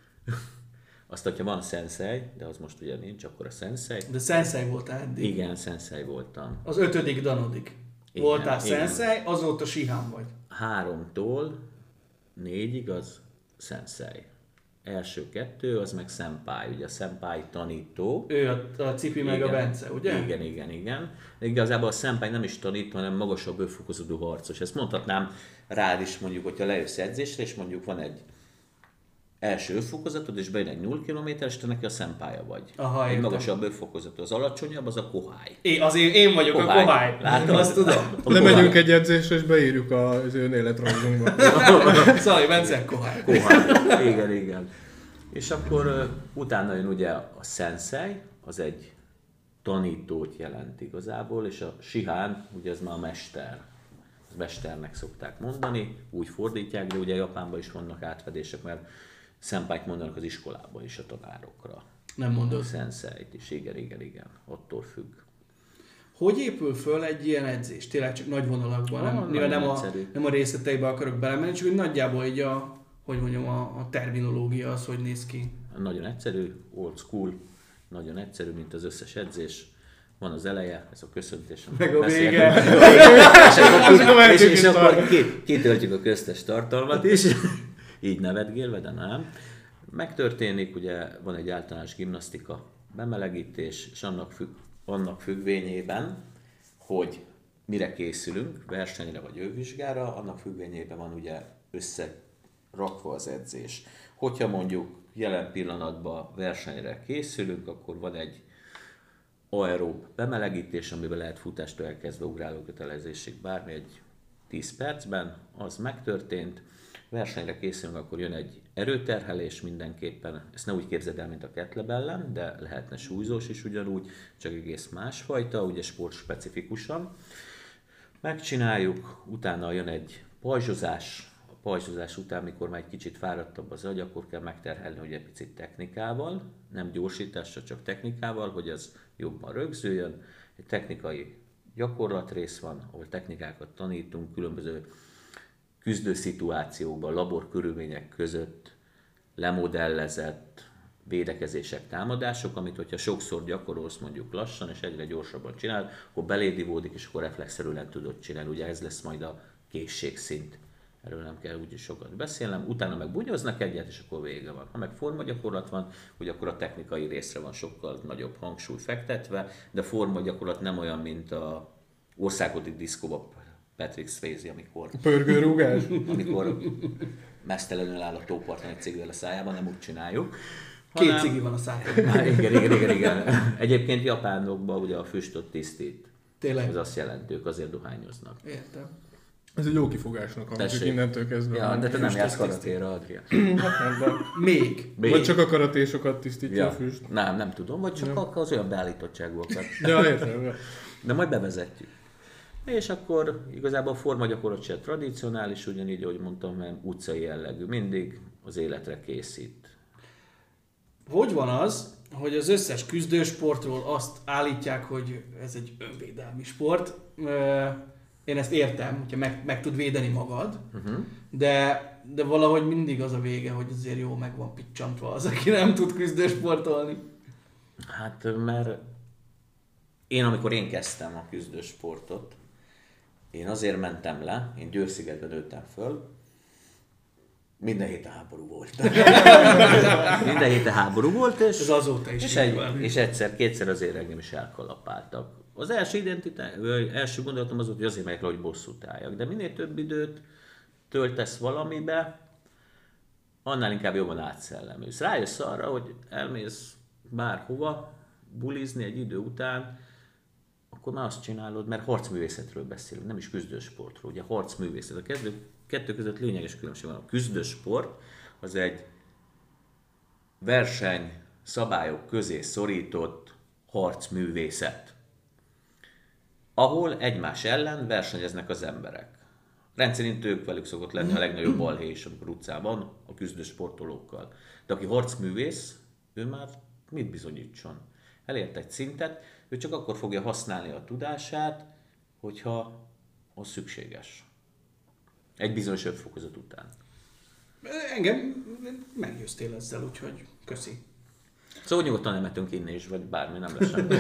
Azt, hogyha van szenszei, de az most ugye nincs, akkor a szenszei. De szenszei voltál eddig. Igen, szenszei voltam. Az ötödik danodik. Igen, Voltál igen. szenszei, azóta Sihán vagy. Háromtól négyig az szenszei. Első kettő, az meg szenpály, ugye a szenpály tanító. Ő a, a Cipi meg Igen. a Bence, ugye? Igen, igen, igen. De igazából a szenpály nem is tanít, hanem magasabb bőfokozódú harcos. Ezt mondhatnám rád is, mondjuk, hogyha lejössz edzésre, és mondjuk van egy első öffokozatod, és bejön egy nulla kilométeres, te neki a szempálya vagy. Aha, egy értem. magasabb öffokozatú, az alacsonyabb, az a kohály. Én, azért én vagyok Kohály. a kohály. Látod? Azt tudom. A Lemegyünk kohály. egy edzésre, és beírjuk az önéletrajzunkba. Szalai Bence kohály. Kohály. Igen, igen. És akkor uh, utána jön ugye a szenszei, az egy tanítót jelent igazából, és a Sihán, ugye ez már a mester. Az mesternek szokták mondani, úgy fordítják, de ugye Japánban is vannak átfedések, mert szenpályt mondanak az iskolában is a tanárokra. Nem mondod. A szenszeit is, igen, igen, igen, attól függ. Hogy épül föl egy ilyen edzés? Tényleg csak nagy vonalakban, Ah, nem, nagyon nyilván nem, a, egyszerű. nem a részleteibe akarok belemenni, csak hogy nagyjából így a, hogy mondjam, a, a terminológia az, hogy néz ki. Nagyon egyszerű, old school, nagyon egyszerű, mint az összes edzés. Van az eleje, ez a köszöntés. Meg a beszélünk. vége. és akkor, és, és Ezek a akkor ki- kitöltjük a köztes tartalmat is, így nevetgélve, de nem. Megtörténik, ugye van egy általános gimnasztika bemelegítés, és annak, függ, annak függvényében, hogy mire készülünk, versenyre vagy övvizsgára, annak függvényében van ugye összerakva az edzés. Hogyha mondjuk jelen pillanatban versenyre készülünk, akkor van egy aerób bemelegítés, amiben lehet futástól elkezdve ugrálókötelezésig bármi egy tíz percben, az megtörtént. Versenyre készülünk, akkor jön egy erőterhelés mindenképpen, ezt ne úgy képzeld el, mint a kettlebellen, de lehetne súlyzós is ugyanúgy, csak egész másfajta, ugye sportspecifikusan. Megcsináljuk, utána jön egy pajzsozás, a pajzsozás után, mikor már egy kicsit fáradtabb az agy, akkor kell megterhelni, hogy egy picit technikával, nem gyorsítással, csak technikával, hogy az jobban rögzüljön. Egy technikai gyakorlatrész van, ahol technikákat tanítunk, különböző küzdőszituációkban, laborkörülmények között lemodellezett védekezések, támadások, amit hogyha sokszor gyakorolsz mondjuk lassan és egyre gyorsabban csinál, akkor belédivódik, és akkor reflexzerűen tudod csinálni. Ugye ez lesz majd a készségszint. Erről nem kell úgyis sokat beszélnem. Utána meg bunyoznak egyet, és akkor vége van. Ha meg formagyakorlat van, hogy akkor a technikai részre van sokkal nagyobb hangsúly fektetve, de a formagyakorlat nem olyan, mint a országodi diszkóba Patrick Swayze, amikor, Pörgőrúgás? amikor mesztelenül áll a tóparton egy cigvel a szájában, nem úgy csináljuk. Két hanem- cigi van a szájában. Há, igen, igen, igen, igen. Egyébként japánokban ugye a füstöt tisztít. Tényleg? Ez azt jelenti, ők azért dohányoznak. Értem. Ez egy jó kifogásnak hangzik Tessék. innentől kezdve. Ja, de te nem Füstöt jársz tisztít. karatéra, Adrián. Hát nem, de... Még. Vagy csak a karatésokat tisztítja Ja. a füst. Nem, nem tudom, vagy csak az olyan beállítottságúakat. Ja, értem. Ja. De majd bevezetjük. És akkor igazából a formagyakorlat se tradicionális, ugyanígy, ahogy mondtam, mert utcai jellegű. Mindig az életre készít. Hogy van az, hogy az összes küzdősportról azt állítják, hogy ez egy önvédelmi sport. Ö, én ezt értem, hogyha meg, meg tud védeni magad, Uh-huh. de, de valahogy mindig az a vége, hogy azért jó meg van picsantva az, aki nem tud küzdősportolni. Hát mert én amikor én kezdtem a küzdősportot, én azért mentem le, én Győr-szigetben nőttem föl, minden héten háború volt. Minden héten háború volt, és, Ez azóta is és, így egy, van. és egyszer, kétszer azért engem is elkalapáltak. Az első identitás, vagy első gondolatom az volt, hogy azért megyek le, hogy bosszút álljak. De minél több időt töltesz valamibe, annál inkább jobban átszellemülsz. Rájössz arra, hogy elmész bárhova, bulizni egy idő után, akkor már azt csinálod, mert harcművészetről beszélünk, nem is küzdősportról, ugye harcművészet. A kettő, kettő között lényeges különbség van. A küzdősport az egy verseny szabályok közé szorított harcművészet, ahol egymás ellen versenyeznek az emberek. Rendszerint ők velük szokott lenni a legnagyobb balhé is, amikor utcában a küzdősportolókkal. De aki harcművész, ő már mit bizonyítson? Elért egy szintet, ő csak akkor fogja használni a tudását, hogyha az szükséges. Egy bizonyos ötfokozat után. Engem meggyőztél ezzel, úgyhogy köszi. Szóval nyugodtan emetünk inni is, vagy bármi, nem lesz semmi.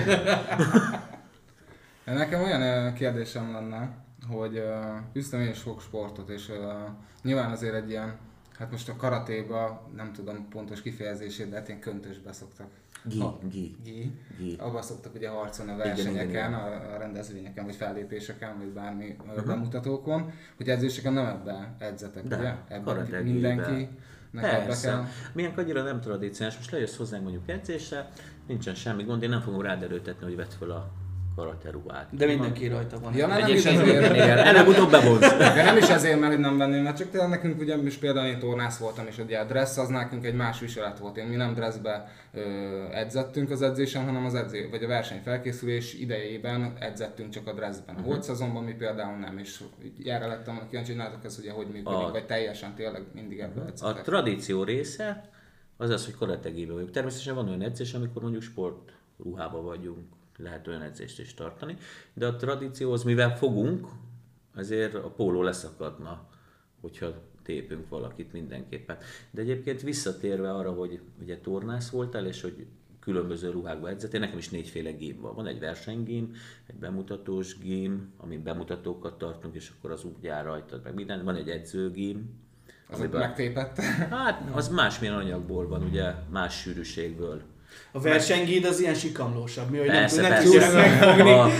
Nekem olyan ö, kérdésem lenne, hogy uh, üztem én sok sportot, és uh, nyilván azért egy ilyen, hát most a karatéba nem tudom pontos kifejezését, de hát ilyen köntösbe szoktak. Gi, Ha- gi. Gi. Gi. Abban szoktak ugye harcolni a Igen, versenyeken, igen, igen. a, a rendezvényeken, vagy fellépéseken, vagy bármi uh-huh. bemutatókon, hogy edzéseken nem ebbe edzetek, De, ugye? Ebben karategiben. mindenkinek ebbe Persze. kell. Milyen annyira nem tradicionális, most lejössz hozzánk mondjuk edzésre, nincsen semmi gond, én nem fogom rád erőltetni, hogy vedd fel a karate ruhát. De mindenki rajta van. Ja, mert nem is Egyébként ezért. igen, előbb-utóbb bevonsz. De nem is ezért, mert hogy nem venném, mert csak tényleg nekünk ugye is például én tornász voltam, és ugye a dressz az nekünk egy más viselet volt. Én mi nem dresszbe ö, edzettünk az edzésen, hanem az edző, vagy a verseny felkészülés idejében edzettünk csak a dresszben. A holt szezonban mi például nem, és erre lettem kíváncsi, hogy nálatok ez ugye hogy működik, A- vagy teljesen tényleg mindig ebből A edzetek. tradíció része az az, hogy karategében vagyunk. Természetesen van olyan edzés, amikor mondjuk sportruhába vagyunk, lehet olyan edzést is tartani, de a tradícióhoz, mivel fogunk, azért a póló leszakadna, hogyha tépünk valakit mindenképpen. De egyébként visszatérve arra, hogy ugye tornász voltál, és hogy különböző ruhákba edzettél, nekem is négyféle gém van. Van egy versenygém, egy bemutatós gém, amin bemutatókat tartunk, és akkor az úgy jár rajtad, meg minden. Van egy edzőgém, Az ott amiben- megtépett. Hát az másmilyen anyagból van, ugye, más sűrűségből. A versenygíd az ilyen sikamlósabb, mi, hogy nem, Persze, nem persze. tudják megfogni. A-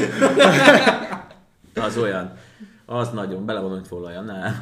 Az olyan. Az nagyon, belevonom, hogy folalja, nem.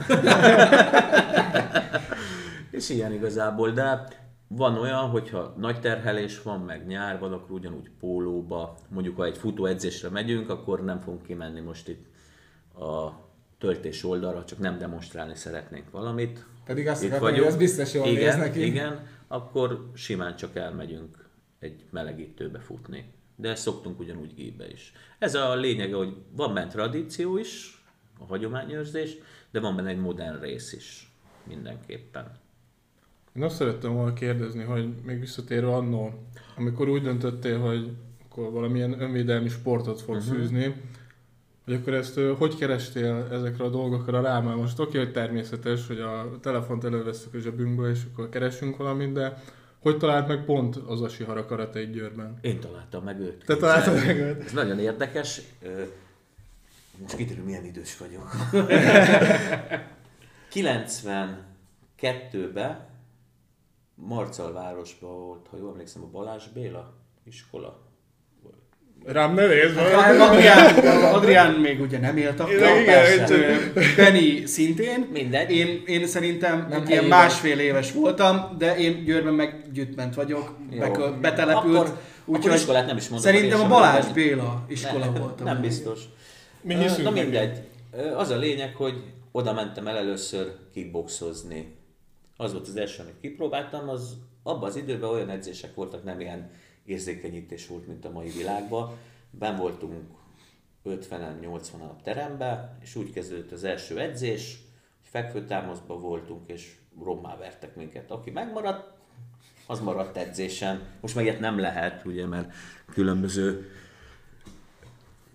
És ilyen igazából, de van olyan, hogyha nagy terhelés van, meg nyár van, akkor ugyanúgy pólóba, mondjuk ha egy futóedzésre megyünk, akkor nem fogunk kimenni most itt a töltés oldalra, csak nem demonstrálni szeretnénk valamit. Pedig azt Itt akartam, hogy ez biztos jól igen, néz neki. Igen, akkor simán csak elmegyünk egy melegítőbe futni. De szoktunk ugyanúgy gépbe is. Ez a lényege, hogy van benne tradíció is, a hagyományőrzés, de van benne egy modern rész is mindenképpen. Én azt szerettem volna kérdezni, hogy még visszatérve annó, amikor úgy döntöttél, hogy akkor valamilyen önvédelmi sportot fogsz Mhm. uh-huh. űzni, hogy akkor ezt ö, hogy kerestél ezekre a dolgokra rá? Már most oké, hogy természetes, hogy a telefont elővesszük a zsebünkből, és akkor keresünk valamit, de hogy talált meg pont az Ashihara Karate egy Győrben? Én találtam meg őt. Te találtad meg őt? Ez nagyon érdekes. Ö, Most kiderül, milyen idős vagyok. kilencvenkettőben Marcalvárosban volt, ha jól emlékszem, a Balázs Béla iskola. Rám ne nézd, Adrián, Adrián még ugye nem élt akkor. Igen, Persze. igen, Penny szintén. Mindegy. Én, én szerintem Nem egy ilyen helyében. másfél éves voltam, de én Győrben meg gyűjtment vagyok, Jó. bekö- betelepült. Akkor, akkor iskolát nem is mondom. Szerintem én a sem Balázs mondom. Béla iskola Nem, voltam. nem biztos. Mi Ö, hiszünk Na neki. mindegy. Ö, Az a lényeg, hogy oda mentem el először kickboxozni. Az volt az első, amit kipróbáltam, az abban az időben olyan edzések voltak, nem ilyen érzékenyítés volt, mint a mai világban. Ben voltunk ötvenen, nyolcvanan a teremben, és úgy kezdődött az első edzés, hogy fekvőtámaszban voltunk, és rommá vertek minket. Aki megmaradt, az maradt edzésen. Most meg ilyet nem lehet, ugye, mert különböző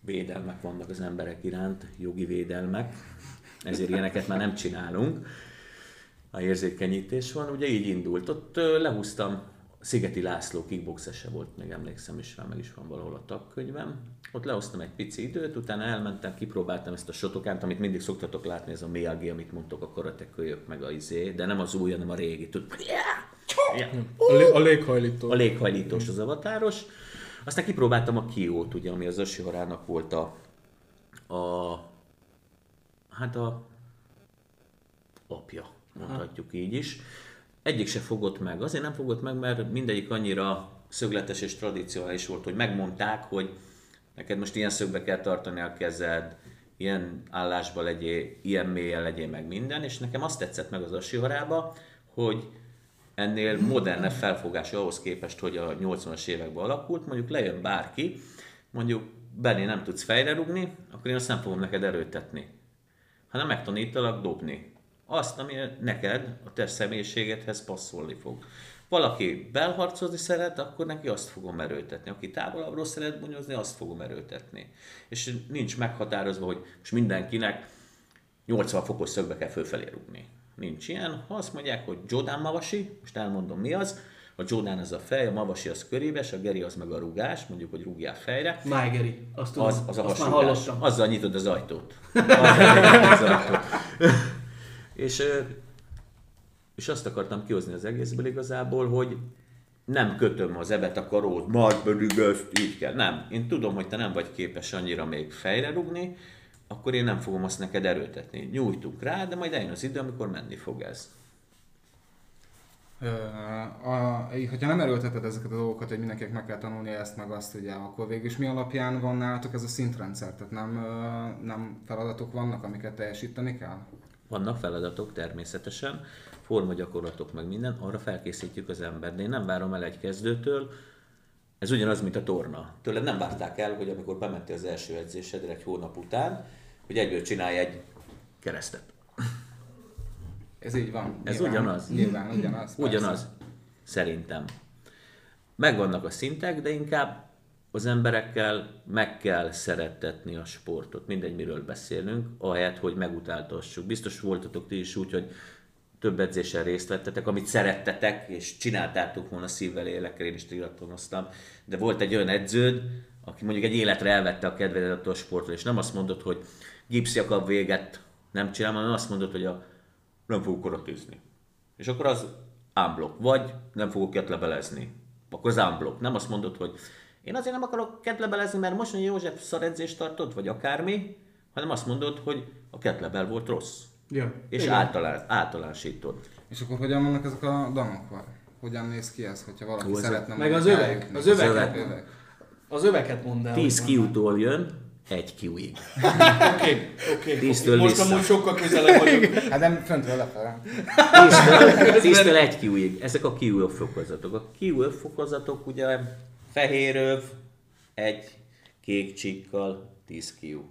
védelmek vannak az emberek iránt, jogi védelmek, ezért ilyeneket már nem csinálunk. A érzékenyítés van, ugye így indult. Ott lehúztam, Szigeti László kickboxese volt, még emlékszem is rá, meg is van valahol a tagkönyvem. Ott lehoztam egy pici időt, utána elmentem, kipróbáltam ezt a Shotokánt, amit mindig szoktatok látni, ez a Miyagi, amit mondtok, a karatekölyök, meg a izé, de nem az új, hanem a régi. Tud... A, lé- a léghajlító. A léghajlítós, az avatáros. Aztán kipróbáltam a Kiót, ugye, ami az Oshiharának volt a, a hát a apja, mondhatjuk így is. Egyik se fogott meg. Azért nem fogott meg, mert mindegyik annyira szögletes és tradicionális volt, hogy megmondták, hogy neked most ilyen szögbe kell tartani a kezed, ilyen állásba legyél, ilyen mélyen legyél meg minden, és nekem azt tetszett meg az Oshiharába, hogy ennél modernebb felfogású ahhoz képest, hogy a nyolcvanas években alakult, mondjuk lejön bárki, mondjuk Benni nem tudsz fejre rugni, akkor én azt nem fogom neked erőltetni, hanem megtanítalak dobni. Azt, ami neked, a te személyiségedhez passzolni fog. Valaki belharcozni szeret, akkor neki azt fogom erőltetni. Aki távolabbról szeret bunyozni, azt fogom erőltetni. És nincs meghatározva, hogy most mindenkinek nyolcvan fokos szögbe kell fölfelé rugni. Nincs ilyen. Ha azt mondják, hogy Jordan Mavasi, most elmondom mi az, a Jordan az a fej, a Mavasi az körébes, a Geri az meg a rugás, mondjuk, hogy rúgjál fejre. My Geri, azt tudom, az, az a azt már hasrugás. hallottam. Azzal nyitod az ajtót. Azzal az ajtót. És, és azt akartam kihozni az egészből igazából, hogy nem kötöm az ebet a karót, majd pedig ezt így kell. Nem. Én tudom, hogy te nem vagy képes annyira még fejre rugni, akkor én nem fogom azt neked erőltetni. Nyújtunk rá, de majd eljön az idő, amikor menni fog ez. Ö, a, hogyha nem erőlteted ezeket a dolgokat, hogy mindenkinek meg kell tanulni ezt meg azt, ugye, akkor végül is mi alapján van nálatok ez a szintrendszer? Tehát nem, ö, nem feladatok vannak, amiket teljesíteni kell? Vannak feladatok természetesen, formagyakorlatok meg minden, arra felkészítjük az embert, de én nem várom el egy kezdőtől. Ez ugyanaz, mint a torna. Tőled nem várták el, hogy amikor bementél az első edzésedre egy hónap után, hogy egyből csinálj egy keresztet. Ez így van. Ez Nyilván, ugyanaz. Nyilván, ugyanaz. Ugyanaz, persze. szerintem. Megvannak a szintek, de inkább az emberekkel meg kell szerettetni a sportot. Mindegy, miről beszélünk, ahelyett, hogy megutáltassuk. Biztos voltatok ti is úgy, hogy több edzésen részt vettetek, amit szerettetek, és csináltátok volna szívvel, lélekkel, én is triatlonoztam. De volt egy olyan edződ, aki mondjuk egy életre elvette a kedvedet a sportról, és nem azt mondod, hogy gipszi akar véget, nem csinálom, hanem azt mondod, hogy a, nem fogok karatézni. És akkor az unblock, vagy nem fogok ketlebelezni. Akkor az unblock. Nem azt mondod, hogy én azért nem akarok ketlebelezni, mert most, hogy József szaredzést tartott, vagy akármi, hanem azt mondod, hogy a ketlebel volt rossz. Ja. És általán, általánosítod. És akkor hogyan vannak ezek a danok? Hogyan néz ki ez, hogyha valaki Hú, ez szeretne meg az mondjuk övek, eljutni? az öveket. Az övek. Az öveket mondd el. tíz hogy vannak. kiútól jön, egy kiúig. Oké, oké. Tíztől Most vissza. amúgy sokkal közelebb vagyok. Hát nem föntről lefele. tíztől, tíztől egy kiúig. Ezek a kiú fokozatok. A kiú fokozatok ugye fehér öv, egy kék csikkal, tíz kiú.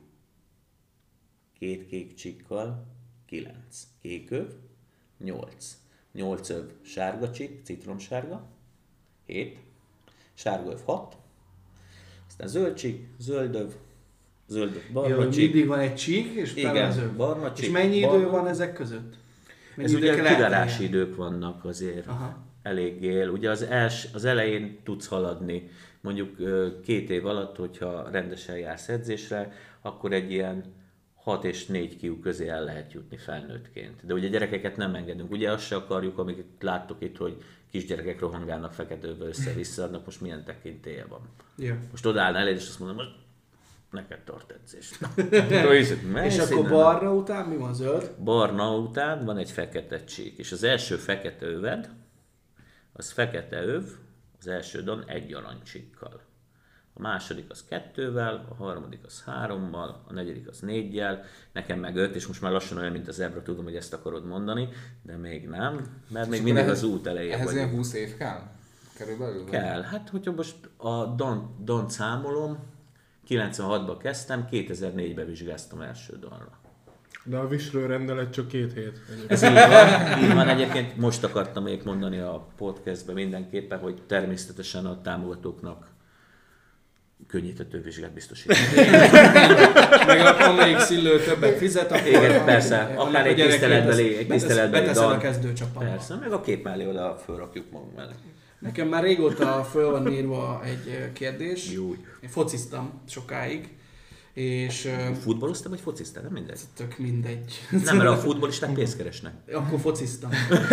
Két kék csikkal, kilenc. Kék öv, nyolc. Nyolc öv sárga csík, citromsárga, hét. Sárga öv, hat. Aztán zöld csík, zöld öv, zöld öv, Jó, barna hogy csík. mindig van egy csík, és utána az Igen, öv. barna És csík. mennyi idő barna- van ezek között? Mennyi Ez idő ugye kell kidarási eltelnie? idők vannak azért. Aha. Eléggé. Ugye az, els, az elején tudsz haladni. Mondjuk ö, két év alatt, hogyha rendesen jársz edzésre, akkor egy ilyen hat és négy kiú közé el lehet jutni felnőttként. De ugye gyerekeket nem engedünk. Ugye azt se akarjuk, amiket láttok itt, hogy kisgyerekek rohangálnak feketőbe össze-vissza, annak most milyen tekintélye van. Ja. Most odaállna eléd, és azt mondom, hogy neked tart edzést. És akkor barna után mi van, zöld? Barna után van egy fekete csík, és az első fekete öved, az fekete öv, az elsődön egy aranycsíkkal. A második az kettővel, a harmadik az hárommal, a negyedik az négyel, nekem meg öt, és most már lassan olyan, mint az zebra, tudom, hogy ezt akarod mondani, de még nem, mert még mindig az út elején Ehhez vagyok. ilyen húsz év kell? Körülbelül? vagy? Kell, hát hogyha most a Don, Don számolom, kilencvenhatban kezdtem, kétezer-négyben vizsgáztam első Donra. De a visről rendelet csak két hét. Ez így van, így van. Egyébként most akartam még mondani a podcastben mindenképpen, hogy természetesen a támogatóknak könnyítető vizsgát biztosít. Meg amelyik szülő többet fizet, akkor... Igen, persze, akár egy tiszteletbeli, egy tiszteletbeli beteszed a kezdőcsapatba. Persze, meg a kép mellé oda fölrakjuk magunk mellé. Nekem már régóta föl van írva egy kérdés. Jó. Én fociztam sokáig, és... Futballoztam, vagy fociztál? Nem mindegy. Tök mindegy. Nem, mert a futballisták pénzt keresnek. Akkor fociztam.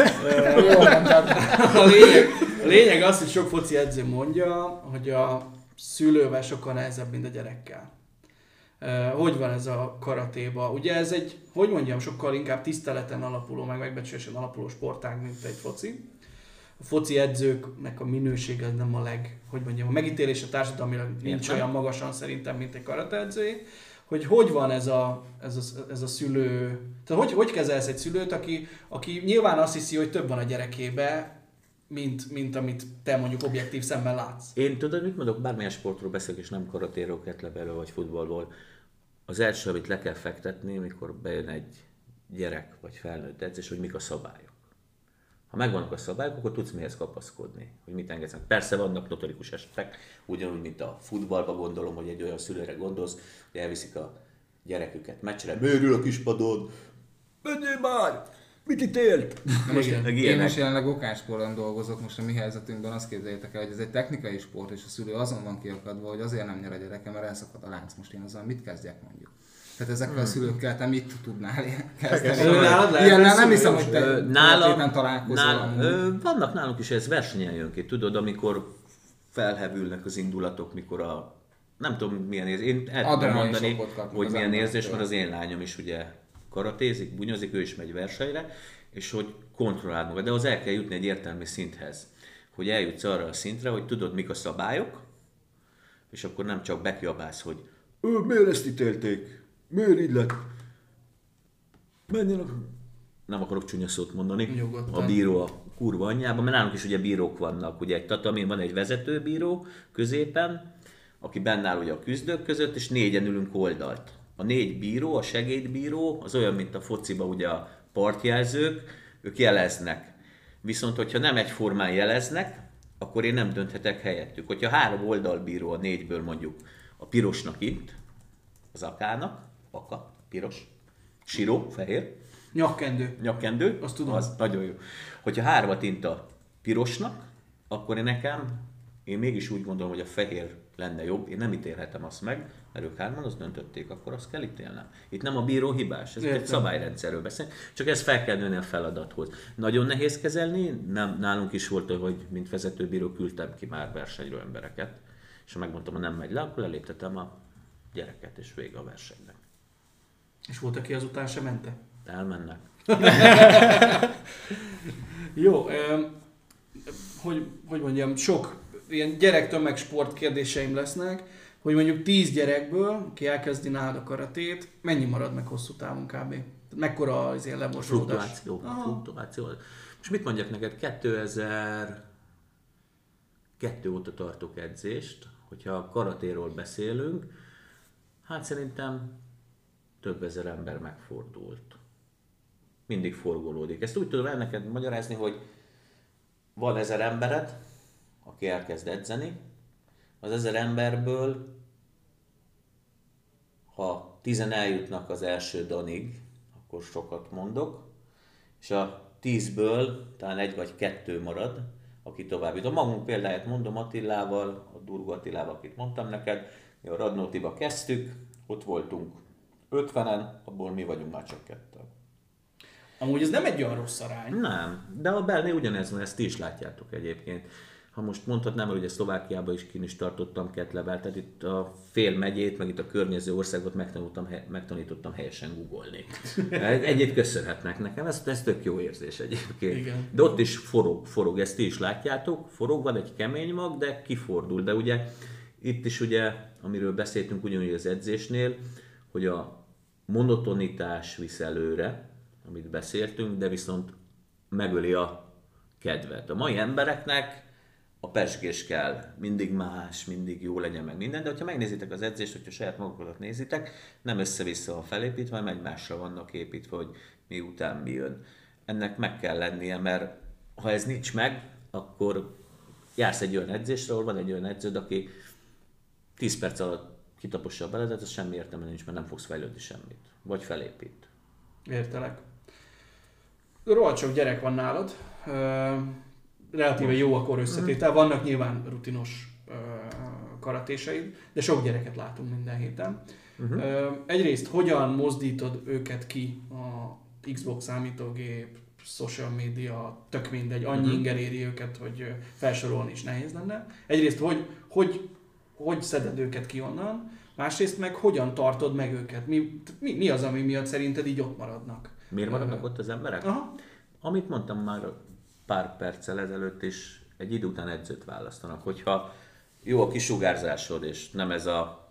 a, lényeg, a lényeg az, hogy sok foci edző mondja, hogy a szülővel sokkal nehezebb, mint a gyerekkel. Hogy van ez a karatéba? Ugye ez egy, hogy mondjam, sokkal inkább tiszteleten alapuló, meg megbecsülésen alapuló sportág, mint egy foci. A foci edzőknek a minősége nem a leg, hogy mondjam, a megítélése társadalmilag nincs Értem. olyan magasan szerintem, mint egy karate edzői. Hogy hogy van ez a, ez a, ez a szülő, tehát hogy, hogy kezelsz egy szülőt, aki, aki nyilván azt hiszi, hogy több van a gyerekébe, mint, mint amit te mondjuk objektív szemmel látsz. Én tudod, mit mondok? Bármilyen sportról beszélek, és nem karatéról, kettlebelről vagy futballból. Az első, amit le kell fektetni, mikor bejön egy gyerek vagy felnőtt edzés, hogy mik a szabályok. Ha megvannak a szabályok, akkor tudsz mihez kapaszkodni, hogy mit engedsz meg. Persze vannak notorikus esetek, ugyanúgy, mint a futballba gondolom, hogy egy olyan szülőre gondolsz, hogy elviszik a gyereküket meccsre, mérül a kispadon, menjél már! Mit itt élt? Én is jelenleg okássporton dolgozok, most a mi helyzetünkben azt képzeljétek el, hogy ez egy technikai sport, és a szülő azon van kiakadva, hogy azért nem nyer a gyereke, mert elszakad a lánc. Most én azzal mit kezdjek mondjuk? Tehát ezekkel hmm. a szülőkkel te mit tudnál kezdeni? Ilyennel nem hiszem, hogy te nálam találkozol. Vannak nálunk is, ez versenyen jön ki, tudod, amikor felhevülnek az indulatok, mikor a... Nem tudom milyen érzés, én el tudom mondani, hogy milyen érzés, mert az én lányom is ugye karatézik, bunyozik, ő is megy versenyre, és hogy kontrollálod magad, de az el kell jutni egy értelmi szinthez, hogy eljutsz arra a szintre, hogy tudod, mik a szabályok, és akkor nem csak bekiabálsz, hogy ő, miért ezt ítélték? Miért így lett? Menjen a... Nem akarok csúnya szót mondani. Nyugodtan. A bíró a kurva anyjában, mert nálunk is ugye bírók vannak. Ugye egy tatamin van egy vezetőbíró középen, aki benne áll ugye a küzdők között, és négyen ülünk oldalt. A négy bíró, a segédbíró, az olyan, mint a fociba ugye a partjelzők, ők jeleznek. Viszont, hogyha nem egyformán jeleznek, akkor én nem dönthetek helyettük. Hogyha három oldalbíró a négyből mondjuk a pirosnak itt, az akának, aka, piros, siró, fehér, Nyakkendő. nyakkendő, Azt tudom. Az nagyon jó. Hogyha hármat int a pirosnak, akkor én nekem, én mégis úgy gondolom, hogy a fehér lenne jobb, én nem ítélhetem azt meg, mert ők hárman azt döntötték, akkor azt kell ítélnem. Itt nem a bíró hibás, ez egy szabályrendszerről beszélünk, csak ez fel kell nőni a feladathoz. Nagyon nehéz kezelni, nem, nálunk is volt, hogy mint vezetőbíró küldtem ki már versenyről embereket, és ha megmondtam, hogy nem megy le, akkor leléptetem a gyereket, és vége a versenynek. És volt, aki azután sem mente? Elmennek. Jó, eh, hogy, hogy mondjam, sok ilyen gyerektömeg sport kérdéseim lesznek, hogy mondjuk tíz gyerekből, aki elkezdi nálad a karatét, mennyi marad meg hosszú távon kb? Mekkora az ilyen lemorzsolódás? Fluktuáció. Fluktuáció. Most mit mondjak neked? kétezer-kettő óta tartok edzést, hogyha a karatéról beszélünk, hát szerintem több ezer ember megfordult. Mindig forgolódik. Ezt úgy tudom el neked magyarázni, hogy van ezer embered, aki elkezd edzeni, az ezer emberből, ha tizen eljutnak az első danig, akkor sokat mondok, és a tízből talán egy vagy kettő marad, aki tovább jut. A magunk példáját mondom Attilával, a Durgo Attilával, akit mondtam neked, mi a Radnótiba kezdtük, ott voltunk ötvenen, abból mi vagyunk már csak ketten. Amúgy ez nem egy olyan rossz arány. Nem, de a Belné ugyanez van, ezt ti is látjátok egyébként. Ha most mondhatnám, hogy ugye Szlovákiában is kin is tartottam kettlebelt, tehát itt a fél megyét, meg itt a környező országot megtanultam, megtanítottam helyesen googolni. Egyéb köszönhetnek nekem, ez, ez tök jó érzés egyébként. Igen. De ott is forog, forog, ezt ti is látjátok, forog, van egy kemény mag, de kifordul. De ugye itt is ugye, amiről beszéltünk ugyanúgy az edzésnél, hogy a monotonitás visz előre, amit beszéltünk, de viszont megöli a kedvet. A mai embereknek a pezsgés kell, mindig más, mindig jó legyen meg minden, de ha megnézitek az edzést, hogyha saját magukat nézitek, nem össze-vissza van felépítve, hanem egymásra vannak építve, hogy mi után mi jön. Ennek meg kell lennie, mert ha ez nincs meg, akkor jársz egy olyan edzésre, ahol van egy olyan edződ, aki tíz perc alatt kitapossa a beledet, az semmi értelme nincs, mert nem fogsz fejlődni semmit. Vagy felépít. Értelek. Rohadt sok gyerek van nálad. Relatíve jó a kor összetétel. Vannak nyilván rutinos karatéseid, de sok gyereket látunk minden héten. Uh-huh. Egyrészt hogyan mozdítod őket ki a Xbox számítógép, social media, tök mindegy, annyi uh-huh. inger éri őket, hogy felsorolni is nehéz lenne. Egyrészt hogy, hogy, hogy szeded őket ki onnan, másrészt meg hogyan tartod meg őket, mi, mi, mi az, ami miatt szerinted így ott maradnak? Miért maradnak ott az emberek? Aha. Amit mondtam már pár perccel ezelőtt is, egy idő után edzőt választanak. Hogyha jó a kisugárzásod, és nem ez a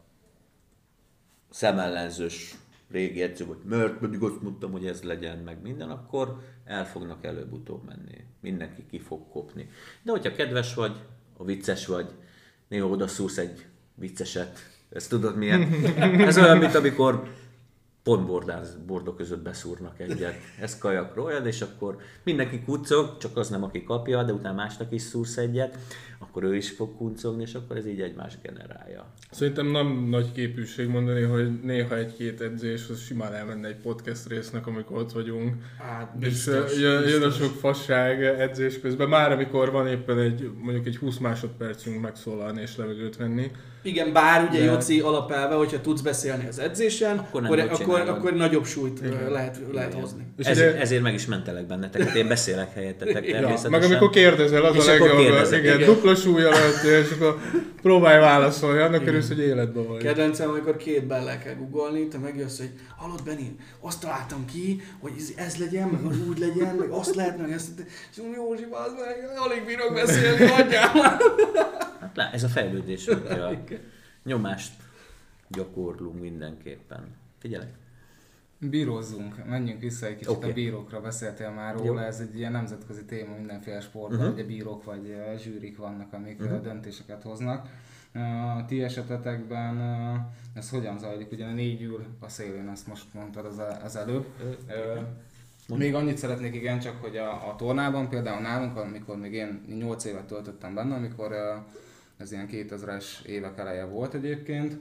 szemellenzős régi edző, hogy mert pedig azt mondtam, hogy ez legyen, meg minden, akkor el fognak előbb-utóbb menni. Mindenki ki fog kopni. De hogyha kedves vagy, a vicces vagy, néha odaszúrsz egy vicceset, ezt tudod milyen? Ez olyan, mint amikor pont bordok között beszúrnak egyet. Ez kajakról olyan, és akkor mindenki kuccog, csak az nem, aki kapja, de utána másnak is szúrsz egyet, akkor ő is fog kuncogni, és akkor ez így egymást generálja. Szerintem nem nagy képűség mondani, hogy néha egy-két edzés, az simán elmenne egy podcast résznek, amikor ott vagyunk. Hát, biztos, és jön, biztos. jön a sok fasság edzés közben, már amikor van éppen egy, mondjuk egy húsz másodpercünk megszólalni és levegőt venni. Igen, bár ugye de... Jóci alapelve, hogyha tudsz beszélni az edzésen, akkor, akkor, akkor, akkor nagyobb súlyt igen. lehet, lehet hozni. Ez, ide... Ezért meg is mentelek benneteket, én beszélek helyettetek természetesen. Ja, meg amikor kérdezel, az és a legjobb, igen, igen. Dupla súly alatt, és akkor próbálj válaszolni, annak örülsz, hogy életben vagy. Kedvencem, amikor két bellel kell googolni, te megjössz, hogy hallod Beni, azt találtam ki, hogy ez legyen, meg az úgy legyen, meg azt lehet, meg ezt, és Józsi, bazd meg, alig bírok beszélni, hagyjál már. Hát lá, ez a fejlődés, hogyha nyomást gyakorlunk mindenképpen. Figyelek! Bírózzunk, menjünk vissza egy kicsit okay. A bírókra, beszéltél már róla, jó. Ez egy ilyen nemzetközi téma mindenféle sportban, uh-huh. ugye bírók vagy zsűrik vannak, amik uh-huh. döntéseket hoznak. A ti esetetekben ez hogyan zajlik? Ugye négy ül a szélén, ezt most mondtad az, az előbb. Uh, még annyit szeretnék igen, csak hogy a, a tornában például nálunk, amikor még én nyolc évet töltöttem benne, amikor ez ilyen kétezres évek eleje volt egyébként,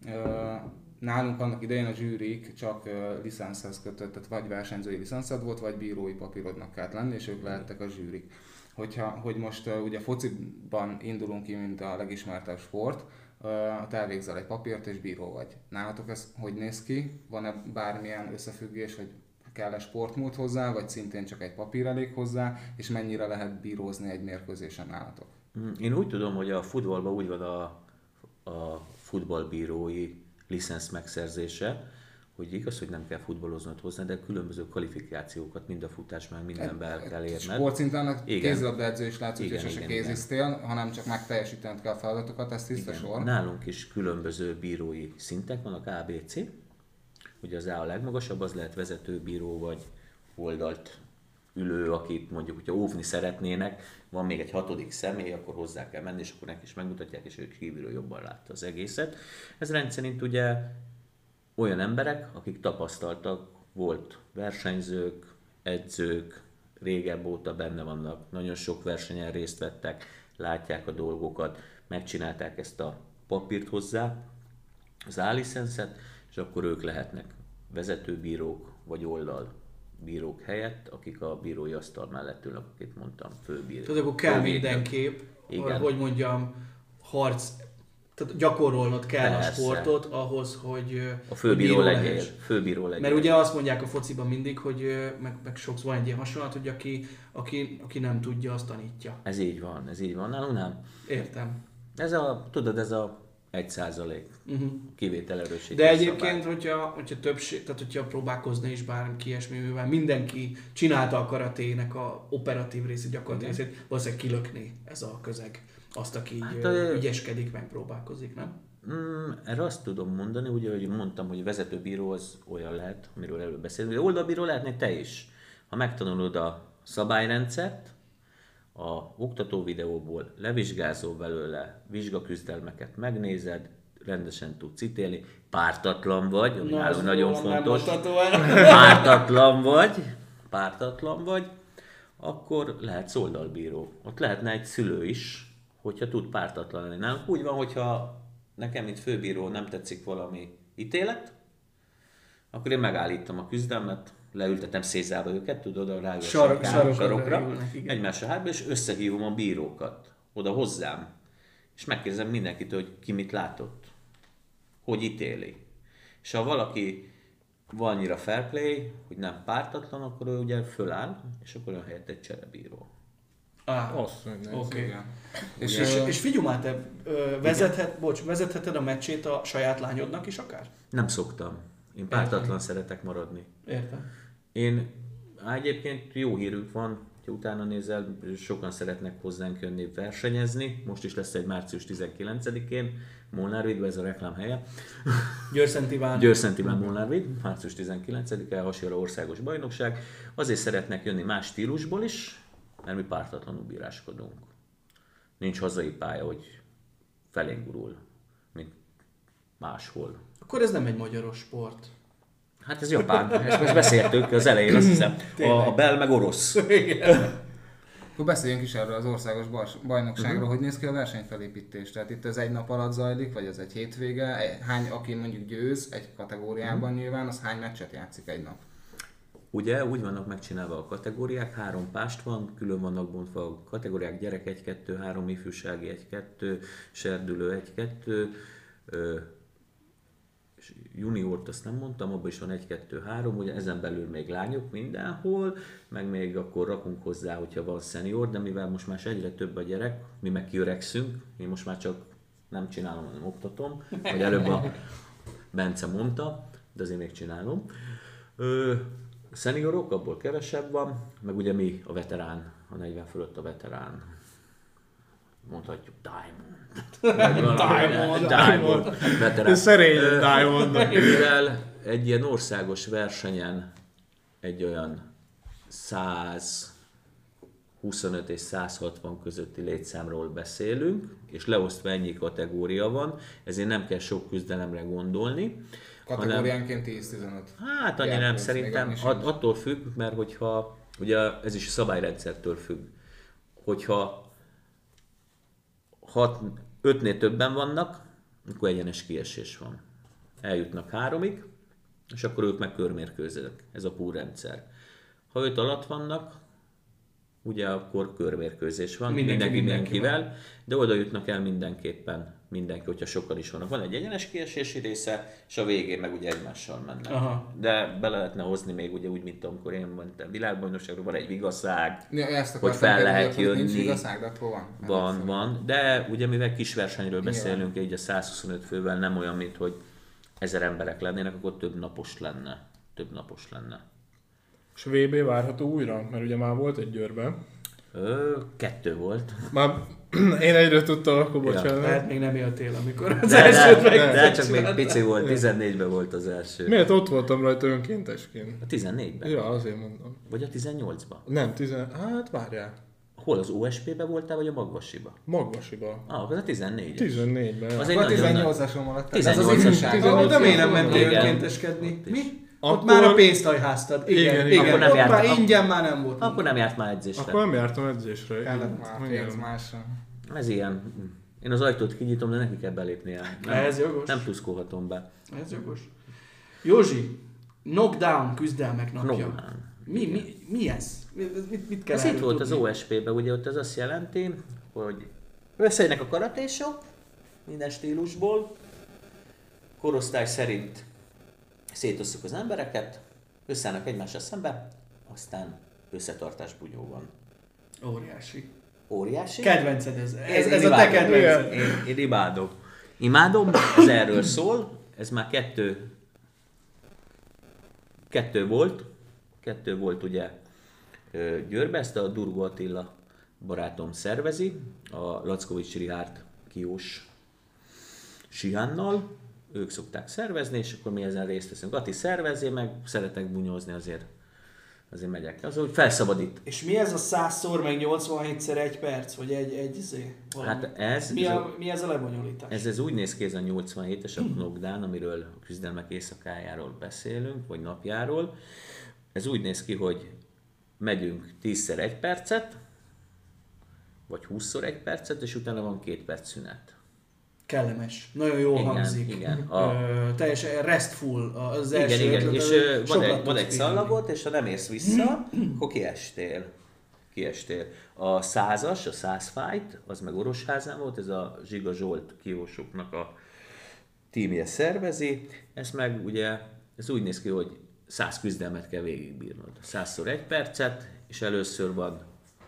nálunk annak idején a zsűrik csak uh, licenszhez kötött, tehát vagy versenyzői licenszed volt, vagy bírói papírodnak kellett lenni, és ők lehettek a zsűrik. Hogyha, hogy most uh, ugye fociban indulunk ki, mint a legismertebb sport, uh, te elvégzel egy papírt és bíró vagy. Nálatok ez hogy néz ki? Van-e bármilyen összefüggés, hogy kell-e sportmód hozzá, vagy szintén csak egy papír elég hozzá, és mennyire lehet bírózni egy mérkőzésen nálatok? Én úgy tudom, hogy a futballban úgy van a, a futballbírói licensz megszerzése, hogy igaz, hogy nem kell futballoznod hozzá, de különböző kvalifikációkat mind a futásban, mindenben el kell érned. Sportszinten kézilabdaedző is látszik, hogy sose kézisztél, hanem csak megteljesítened kell a feladatokat, ez tiszta sor. Nálunk is különböző bírói szintek vannak, á bé cé. Ugye az A a legmagasabb, az lehet vezetőbíró vagy oldalt ülő, akit mondjuk, hogyha óvni szeretnének, van még egy hatodik személy, akkor hozzá kell menni, és akkor neki is megmutatják, és ők kívülről jobban látta az egészet. Ez rendszerint ugye olyan emberek, akik tapasztaltak, volt versenyzők, edzők, régebb óta benne vannak, nagyon sok versenyen részt vettek, látják a dolgokat, megcsinálták ezt a papírt hozzá, az A-licenszet, és akkor ők lehetnek vezetőbírók, vagy oldalbírók helyett, akik a bírói asztal mellett ülnek, akit mondtam, főbírók. Tehát akkor kell mindenképp, hogy mondjam, harc, tehát gyakorolnod kell persze. A sportot ahhoz, hogy a főbíró legyél. Főbíró legyél. Mert ugye azt mondják a fociban mindig, hogy meg, meg sokszor van egy ilyen hasonlat, hogy aki, aki, aki nem tudja, azt tanítja. Ez így van, ez így van. Nálunk nem. Értem. Ez a, tudod, ez a egy százalék uh-huh. kivétel erősítés. De egyébként, hogyha, hogyha többség, tehát hogyha próbálkozni is bárki ilyesmi, mivel mindenki csinálta a karatének a operatív részét, gyakorlatilag részét, valószínűleg kilökni ez a közeg. Azt, aki hát, ö... ügyeskedik, megpróbálkozik, nem? Mm, erre azt tudom mondani, ugye, hogy mondtam, hogy vezetőbíró az olyan lehet, amiről előbb beszélünk, de oldalbíró lehetnél te is. Ha megtanulod a szabályrendszert, a oktató videóból levizsgázol belőle, vizsgaküzdelmeket megnézed, rendesen tudsz ítélni, pártatlan vagy, ami nálunk nagyon fontos, pártatlan vagy, pártatlan vagy, akkor lehetsz oldalbíró. Ott lehetne egy szülő is, hogyha tud pártatlan lenni. Nálunk úgy van, hogyha nekem, mint főbíró nem tetszik valami ítélet, akkor én megállítom a küzdelmet, leültetem szézzába őket, tudod, a rágó Sarok- sarokra, sarokra sarokra ülnek, igen. egymásra hátba, és összehívom a bírókat oda hozzám. És megkérdezem mindenkitől, hogy ki mit látott, hogy ítéli. És ha valaki van annyira fair play, hogy nem pártatlan, akkor ő ugye föláll, és akkor olyan helyett egy cserebíró. Ah, Azt mondja. oké. Igen. És, És, és, és figyelj már, te ö, vezethet, bocs, vezetheted a meccsét a saját lányodnak is akár? Nem szoktam. Én pártatlan szeretek maradni. Értem. Én á, egyébként jó hírünk van, ha utána nézel, sokan szeretnek hozzánk jönni versenyezni. Most is lesz egy március tizenkilencedikén, Molnárvidben, ez a reklám helye. Győrszent Iván. Győrszent Iván Molnárvid, március tizenkilencedike, Hasonló országos bajnokság. Azért szeretnek jönni más stílusból is, mert mi pártatlanul bíráskodunk. Nincs hazai pálya, hogy felénk gurul, mint máshol. Akkor ez nem egy magyaros sport. Hát ez japán, ezt most beszéltük az elején, azt hiszem. A, a bel meg orosz. Akkor beszéljünk is erről az országos baj- bajnokságról, uh-huh. hogy néz ki a versenyfelépítés. Tehát itt ez egy nap alatt zajlik, vagy ez egy hétvége? Hány, aki mondjuk győz egy kategóriában uh-huh. nyilván, az hány meccset játszik egy nap? Ugye úgy vannak megcsinálva a kategóriák, három pást van, külön vannak bontva a kategóriák, gyerek egy kettő, három ifjúsági egy kettő, serdülő egy kettő, juniort azt nem mondtam, abban is van egy kettő három, ugye ezen belül még lányok mindenhol, meg még akkor rakunk hozzá, hogyha van szenior, de mivel most már egyre több a gyerek, mi meg kiöregszünk, én most már csak nem csinálom, hanem oktatom, vagy előbb a Bence mondta, de azért még csinálom. Ö, szeniorok, abból kevesebb van, meg ugye mi a veterán, a negyven fölött a veterán. Mondhatjuk Diamond. Diamond. Diamond. Veterán. Szerény Diamond. Mivel egy ilyen országos versenyen egy olyan százhuszonöt és száz hatvan közötti létszámról beszélünk, és leosztva ennyi kategória van, ezért nem kell sok küzdelemre gondolni. Kategóriánként tíz-tizenöt. Hát annyira nem, szerintem att- attól függ, mert hogyha, ugye ez is a szabályrendszertől függ, hogyha hat, ötnél többen vannak, akkor egyenes kiesés van. Eljutnak háromig, és akkor ők meg körmérkőzők. Ez a pool rendszer. Ha öt alatt vannak, ugye akkor körmérkőzés van, Mindenki mindenki mindenkivel, mindenkivel. de oda jutnak el mindenképpen mindenki, hogyha sokan is vannak. Van egy egyenes kiesési része, és a végén meg ugye egymással mennek. Aha. De bele lehetne hozni még ugye úgy, mint amikor én mentem világbajnokságra, van egy vigaszág, Ja, ezt hogy akartam fel kérdezni, lehet hogy nincs jönni. igazág, de ott hol van? Van, van, de ugye mivel kis versenyről Nyilván. beszélünk, így a százhuszonöt fővel nem olyan, mint hogy ezer emberek lennének, akkor több napos lenne. Több napos lenne. És a vé bé várható újra? Mert ugye már volt egy Győrben. Ö, kettő volt. Már én egyre tudtam, akkor bocsánat. Tehát még nem éltél, amikor az De, elsőt de, meg... de csak még pici volt, tizennégyben volt az első. Miért ott voltam rajta önkéntesként? A tizennégyben? Ja, azért mondom. Vagy a tizennyolcban? Nem, tizen... Hát várjál. Hol, az o es pé-ben voltál, vagy a Magvasiba? Magvasiba. Ah, akkor az a tizennégyes. tizennégyben. Az egy Akkor a nagyon tizennyolcasom alatt. Ez az tizennyolcas. igazság. tizennyolcas. De miért nem mentél Igen. önkénteskedni? Ott is. Mi? Ott Akkor- már a pénzt hajháztad. Igen, Igen, igen. akkor nem Ott járt- már ak- ingyen már nem volt. Akkor nem járt már edzésre. Akkor nem jártam edzésre. Kellett már Igen. pénz másra. Ez ilyen. Én az ajtót kinyitom, de neki kell belépnie. Nem, Ez jogos. nem tuszkolhatom be. Ez jogos. Józsi, knockdown küzdelmek napja. Knockdown. Mi, mi, mi ez? Mit, mit, mit kell Ez itt erről volt az tudni? o es pé-ben, ugye ott az azt jelenti, hogy összejönnek a karatésok, minden stílusból, korosztály szerint szétosszuk az embereket, összeállnak egymással szembe, aztán összetartás bunyó van. Óriási. Óriási. Kedvenced ez. Ez, Én ez a te imádom. kedvenced. Én, én imádom. Imádom, ez erről szól, ez már kettő, kettő volt, kettő volt ugye ö, Győrbe, ezt a Durgó Attila barátom szervezi, a Lackovics Rihárd Kiós Sihánnal, ők szokták szervezni, és akkor mi ezen részt veszünk. Ati szervezi, meg szeretek bunyózni, azért, azért megyek. Az úgy felszabadít. És mi ez a százszor meg nyolcvanhétszer egy perc? Vagy egy, egy izé? Valami? Hát ez, mi, ez, a, mi ez a lebonyolítás? ez, ez úgy néz ki, ez a nyolcvanhétes a knockdown, amiről a küzdelmek éjszakájáról beszélünk, vagy napjáról. Ez úgy néz ki, hogy megyünk tízszer egy percet, vagy húszszor egy percet, és utána van két perc szünet. kellemes, nagyon jól Igen, hangzik. igen. A- Ö, teljesen restful az Igen, első igen, ötlet, és az ö, van sokat egy, tudsz van egy pihenni. szallagot, és ha nem érsz vissza, akkor kiestél. Kiestél. A százas, a száz fight, az meg Orosházán volt, ez a Zsiga Zsolt kiósoknak a tímje szervezi. Ez meg ugye, ez úgy néz ki, hogy száz küzdelmet kell végigbírnod. százszor egy percet, és először van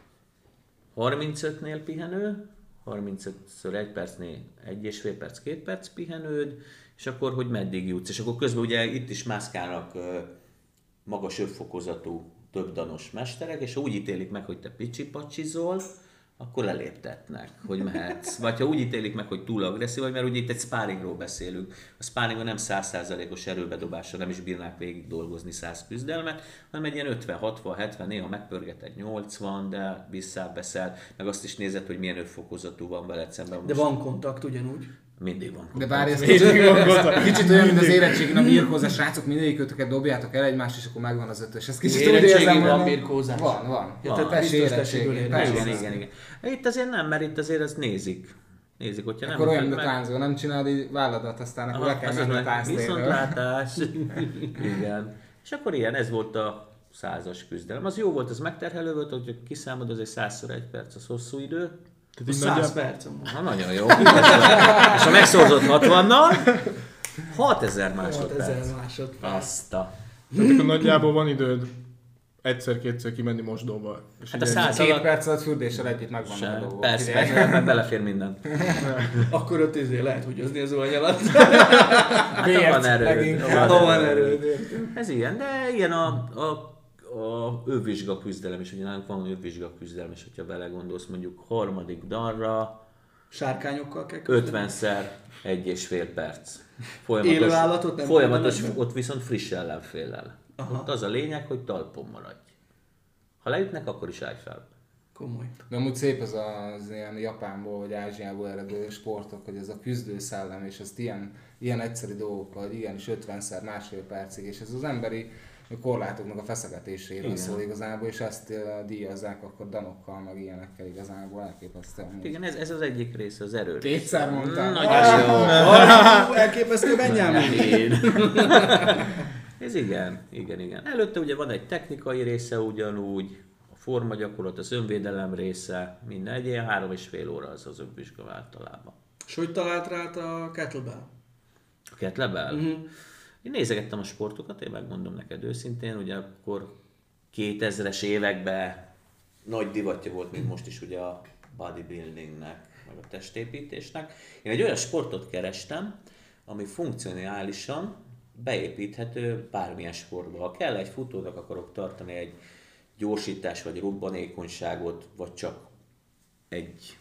harmincötnél pihenő, harmincötször egy percnél egy és fél perc, két perc pihenőd, és akkor, hogy meddig jutsz. És akkor közben ugye itt is mászkálnak ö, magas övfokozatú, több danos mesterek, és ha úgy ítélik meg, hogy te picsi-pacsizol, akkor leléptetnek, hogy mehetsz. Vagy ha úgy ítélik meg, hogy túl agresszív vagy, mert ugye itt egy sparringról beszélünk. A sparringban nem száz százalékos erőbedobásra nem is bírnák végig dolgozni száz küzdelmet, hanem egy ilyen ötven, hatvan, hetven, néha megpörget egy nyolcvan, de visszábeszel, meg azt is nézed, hogy milyen övfokozatú van veled szemben. De van kontakt ugyanúgy. Mindig van. De várj, ez Mindig kicsit, van gond. kicsit olyan, mint az érettségén a birkózás, srácok, mindegyikőtöket dobjátok el egymást, és akkor megvan az ötös. Ez kicsit úgy Érettségig érzem, van hogy birkózás. Van, van. Ja, Van. tehát Testi biztos érettségig. testiből Persze. Igen, érdekel. igen, igen. Itt azért nem, mert itt azért ezt nézik. Nézik, hogyha nem Akkor olyan, mint ütöd a meg- táncol, nem csinálod így válladat, aztán akkor le kell az menni a meg tánctérről. viszontlátás. Igen. És akkor ilyen, ez volt a százas küzdelem. Az jó volt, az megterhelő volt, hogy kiszámod, az egy százszor egy perc, az hosszú idő. Tehát így száz nagyjából- perc amúgy. Na, nagyon jó. És ha megszorzott hatvannal, hatezer másodperc. hatezer másodperc. Azt a... Tehát akkor nagyjából van időd egyszer-kétszer kimenni mosdóba. És Hát a így száz Két alatt perc alatt fürdéssel együtt megvan a sem. dolgok. Persze, Figyelj. persze, mert belefér minden. Akkor ott izé lehet húgyozni az anya alatt. Hát ha van erőd. leginkább. Ha van erőd, értem. Ez ilyen, de ilyen a, a, a övvizsga küzdelem is, ugye nálunk van övvizsga küzdelem, és hogyha belegondolsz mondjuk harmadik danra, Sárkányokkal kell küzdeni. ötvenszer egy és fél perc. Élő állatot nem Folyamatos, küzdenek? ott viszont friss ellenféllel. Aha. Ott az a lényeg, hogy talpon maradj. Ha leütnek, akkor is állj fel. Komoly. De amúgy szép ez az ilyen Japánból vagy Ázsiából eredő sportok, hogy ez a küzdőszellem, és ezt ilyen, ilyen egyszerű dolgokkal, hogy igenis ötvenszer, másfél percig, és ez az emberi korlátoknak a feszegetéséről Igen. szól igazából, és ezt uh, díjazzák akkor danokkal, meg ilyenekkel igazából elképesztő. amúgy. Igen, ez, ez az egyik része, az erő. Kétszer mondtam. Nagyon jó. Ah, elképesztő Benjamin. Én. Ez igen, igen, igen. Előtte ugye van egy technikai része ugyanúgy, a formagyakorlat, az önvédelem része, minden egy ilyen három és fél óra az az önvizsga általában. És hogy talált rá a kettlebell? A kettlebell? Mhm. Én nézegettem a sportokat, én megmondom neked őszintén, ugye akkor kétezres években nagy divatja volt, mint most is ugye a bodybuildingnek, meg a testépítésnek. Én egy olyan sportot kerestem, ami funkcionálisan beépíthető bármilyen sportba. Ha kell egy futónak akarok tartani egy gyorsítás vagy robbanékonyságot, vagy csak egy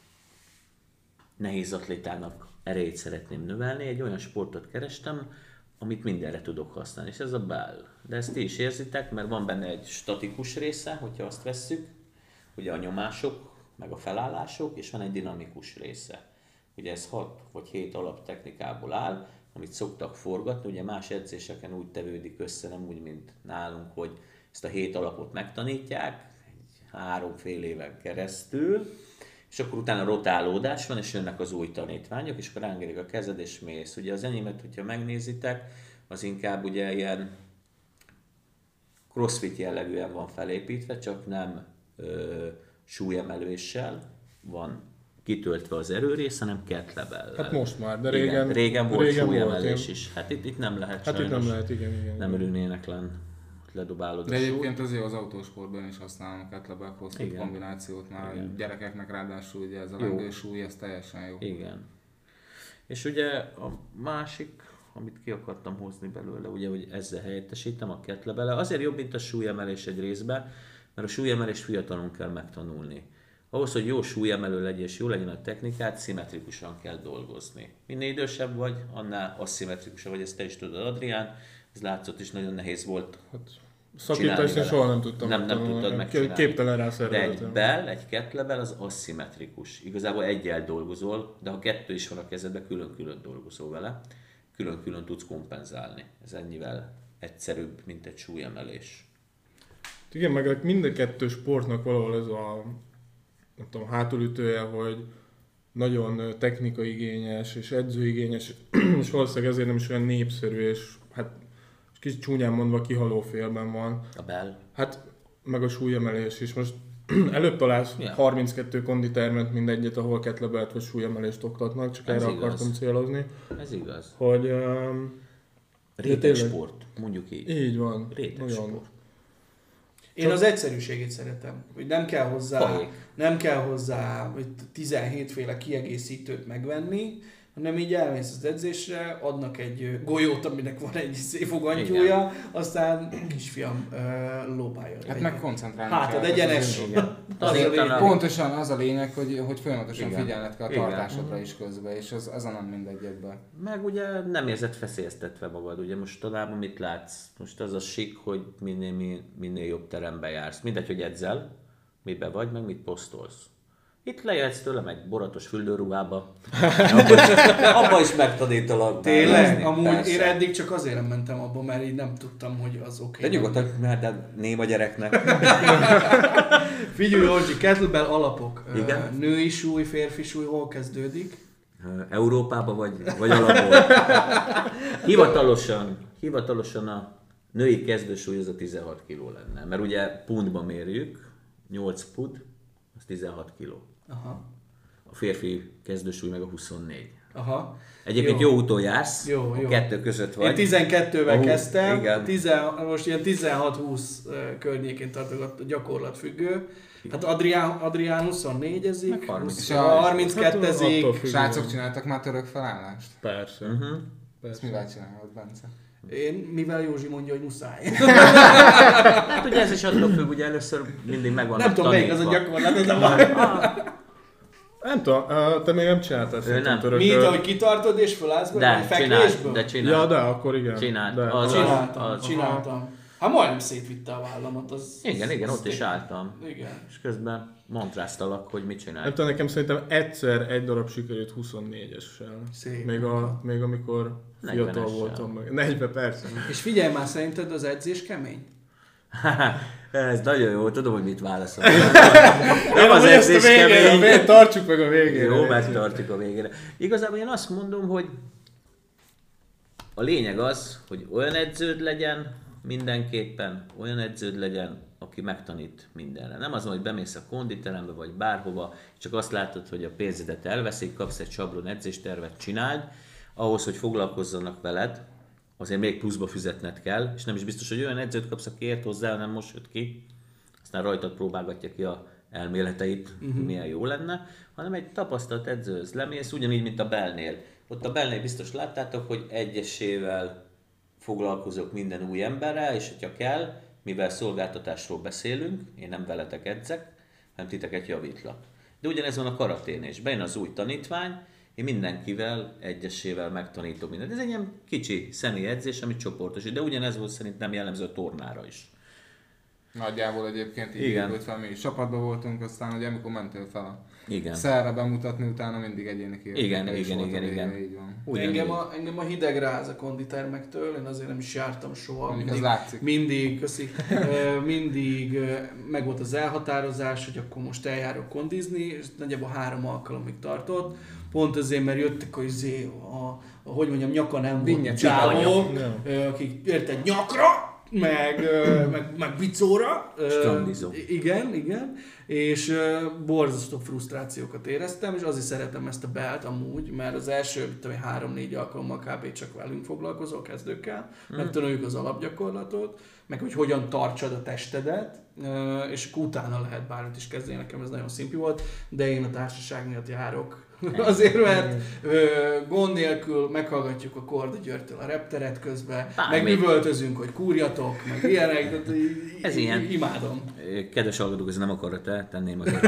nehéz atlétának erejét szeretném növelni, egy olyan sportot kerestem, amit mindenre tudok használni, és ez a bell. De ezt ti is érzitek, mert van benne egy statikus része, hogyha azt vesszük, ugye a nyomások, meg a felállások, és van egy dinamikus része. Ugye ez hat vagy hét alaptechnikából áll, amit szoktak forgatni, ugye más edzéseken úgy tevődik össze, nem úgy, mint nálunk, hogy ezt a hét alapot megtanítják, egy három fél éven keresztül, és akkor utána rotálódás van, és jönnek az új tanítványok, és akkor rángerik a kezed, és mész. Ugye az enyémet, hogyha megnézitek, az inkább ugye ilyen crossfit jellegűen van felépítve, csak nem ö, súlyemeléssel van kitöltve az erőrész, hanem kettlebell. Hát most már, de Igen, régen, régen volt régen súlyemelés én- is. Hát itt, itt nem lehet Hát itt sajnos. nem lehet, igen, igen. Nem örülnének lenn, hogy ledobálod De a súlyt. egyébként azért az autósportban is használom a kettlebell crossfit Igen. kombinációt már Igen. gyerekeknek, ráadásul ugye ez a Jó. lengősúly, ez teljesen jó. Igen. És ugye a másik, amit ki akartam hozni belőle, ugye, hogy ezzel helyettesítem a kettlebell. Azért jobb, mint a súlyemelés egy részben, mert a súlyemelést fiatalon kell megtanulni. Ahhoz, hogy jó súlyemelő legyen és jó legyen a technikát, szimmetrikusan kell dolgozni. Minél idősebb vagy, annál aszimmetrikusabb vagy, ezt te is tudod, Adrián. Ez látszott is, nagyon nehéz volt. Hát, Csinálni szakítást én vele. soha nem tudtam Nem- nem megtanulni. tudtad megcsinálni. Képtelen rá De szervezetem. egy bell, egy kettlebell az aszimmetrikus. Igazából egyel dolgozol, de ha kettő is van a kezedben, külön-külön dolgozol vele. Külön-külön tudsz kompenzálni. Ez ennyivel egyszerűbb, mint egy súlyemelés. Igen, meg mind a kettő sportnak valahol ez a nem tudom, hátulütője, hogy nagyon technikaigényes és edzőigényes, és valószínűleg ezért nem is olyan népszerű, és hát kicsit csúnyán mondva kihaló félben van. A bell. Hát meg a súlyemelés is. Most előbb találsz ja. harminckettő konditermet mindegyet, ahol kettlebelt vagy súlyemelést oktatnak, csak Ez erre igaz. akartam célozni. Ez igaz. Hogy... Um, Réteg sport, mondjuk így. Így van. Réteg Nagyon. sport. Én az egyszerűségét szeretem, hogy nem kell hozzá, Fajék. nem kell hozzá hogy tizenhét féle kiegészítőt megvenni, hanem így elmész az edzésre, adnak egy golyót, aminek van egy széfogantyúja, aztán kisfiam uh, lóbáljon. Hát meg koncentrálni Hátad kell. egyenes. Igen. Az Azért a lényeg. talán- Pontosan az a lényeg, hogy, hogy folyamatosan Igen. figyelned kell a Igen. tartásodra is közben, és az, az a nem mindegy ebből. Meg ugye nem érzed feszélyeztetve magad, ugye most talán mit látsz? Most az a sik, hogy minél, minél, minél jobb terembe jársz. Mindegy, hogy edzel, mibe vagy, meg mit posztolsz. Itt lejöhetsz tőlem egy boratos fürdőruhába, abba is, abba is megtanítalak. Tényleg? beállni, Amúgy persze. én eddig csak azért nem mentem abba, mert így nem tudtam, hogy az oké. De nyugodtan, mert de néma gyereknek. Figyelj, Józsi, kettlebell alapok. Igen? Ö, Női súly, férfi súly, hol kezdődik? Európába vagy, vagy alapból. Hivatalosan, hivatalosan a női kezdősúly az a tizenhat kiló lenne. Mert ugye puntban mérjük, nyolc pud, az tizenhat kiló. Aha. A férfi kezdősúly meg a huszonnégy. Aha. Egyébként jó, jó úton jársz, Jó, a jó. kettő között vagy. Én tizenkettővel A hú- kezdtem, igen. tizen, most ilyen tizenhat-húsz környékén tartok a gyakorlatfüggő. Hát Adrián, Adrián huszonnégyezik, Meg harminc. húsz- És a- harminckettezik. attól függ. Srácok, csináltak már török felállást? Persze. Uh-huh. Ezt Persze. mivel csinálod, Bence? Én, mivel Józsi mondja, hogy muszáj. Hát ugye ez is attól függ, ugye először mindig megvan Nem tudom, melyik az a gyakorlat, ez a baj. Nem tudom, uh, te még nem csináltál szerintem nem. törököt. Mint ahogy kitartod és fölállsz be, De vagy csinált, fekvésből? de csinált. Ja, de akkor igen. Csinált. De, Az- Csináltam, az- csináltam. Hát majdnem szétvitte a vállamat. Az, Igen, igen, az ott is tényleg. álltam. Igen. És közben montráztalak, hogy mit Nem csinálj. tudom, nekem szerintem egyszer egy darab sikerült huszonnégyessel. Szép. Még, a, még amikor fiatal negyvenessel. voltam meg. negyven persze. És figyelj már, szerinted az edzés kemény? Ez nagyon jó, tudom, hogy mit válaszol. Nem az Ezt a edzés végére, kemény. a végére, tartsuk meg a végére. Jó, megtartjuk a végére. Igazából én azt mondom, hogy a lényeg az, hogy olyan edződ legyen mindenképpen, olyan edződ legyen, aki megtanít mindenre. Nem az, hogy bemész a konditerembe vagy bárhova, csak azt látod, hogy a pénzedet elveszik, kapsz egy sablon edzéstervet, csináld, ahhoz, hogy foglalkozzanak veled, azért még pluszba fizetned kell, és nem is biztos, hogy olyan edzőt kapsz, aki ért hozzá, hanem most jött ki, aztán rajtad próbálgatja ki a elméleteit, uh-huh. milyen jó lenne, hanem egy tapasztalt edzőhöz lemész, ugyanígy, mint a Bellnél. Ott a Bellnél biztos láttátok, hogy egyesével foglalkozok minden új emberrel, és hogyha kell, mivel szolgáltatásról beszélünk, én nem veletek edzek, hanem titeket javítlak. De ugyanez van a karaténél, és bejön az új tanítvány, én mindenkivel, egyesével megtanítom mindent. Ez egy ilyen kicsi személyedzés, ami csoportos, de ugyanez volt szerintem jellemző a tornára is. Nagyjából egyébként így Igen. volt fel, mi is csapatban voltunk, aztán ugye amikor mentél fel a Igen. szerre bemutatni, utána mindig egyéni kérdés. Igen, igen, igen, igen. Így van. Ugyanígy. Engem a, engem a hideg ráz a konditermektől, én azért nem is jártam soha. Mondjuk Mindig, az látszik. mindig, köszi, Ö, mindig ö, meg volt az elhatározás, hogy akkor most eljárok kondizni, és nagyjából három alkalomig tartott. Pont azért, mert jöttek a, izé, a, a hogy mondjam, nyaka nem volt Vinnye csávók, Ja. ö, akik érted nyakra, meg, ö, meg, meg bicóra. Ö, Strandizó. Igen, igen. És ö, borzasztó frusztrációkat éreztem, és azért szeretem ezt a Bellt amúgy, mert az első mit tudom, én, három-négy alkalommal kb. Csak velünk foglalkozol, kezdőkkel, mm. megtanuljuk az alapgyakorlatot, meg hogy hogyan tartsad a testedet, ö, és akkor utána lehet bármit is kezdeni, nekem ez nagyon szimpi volt, de én a társaság miatt járok. Azért, mert ö, gond nélkül meghallgatjuk a Korda Györgytől a repteret közben, Bármi. meg üvöltözünk, hogy kúrjatok, meg ilyenek, de Ez ilyen. imádom. Kedves hallgatók, ez nem akarod te, tenném azért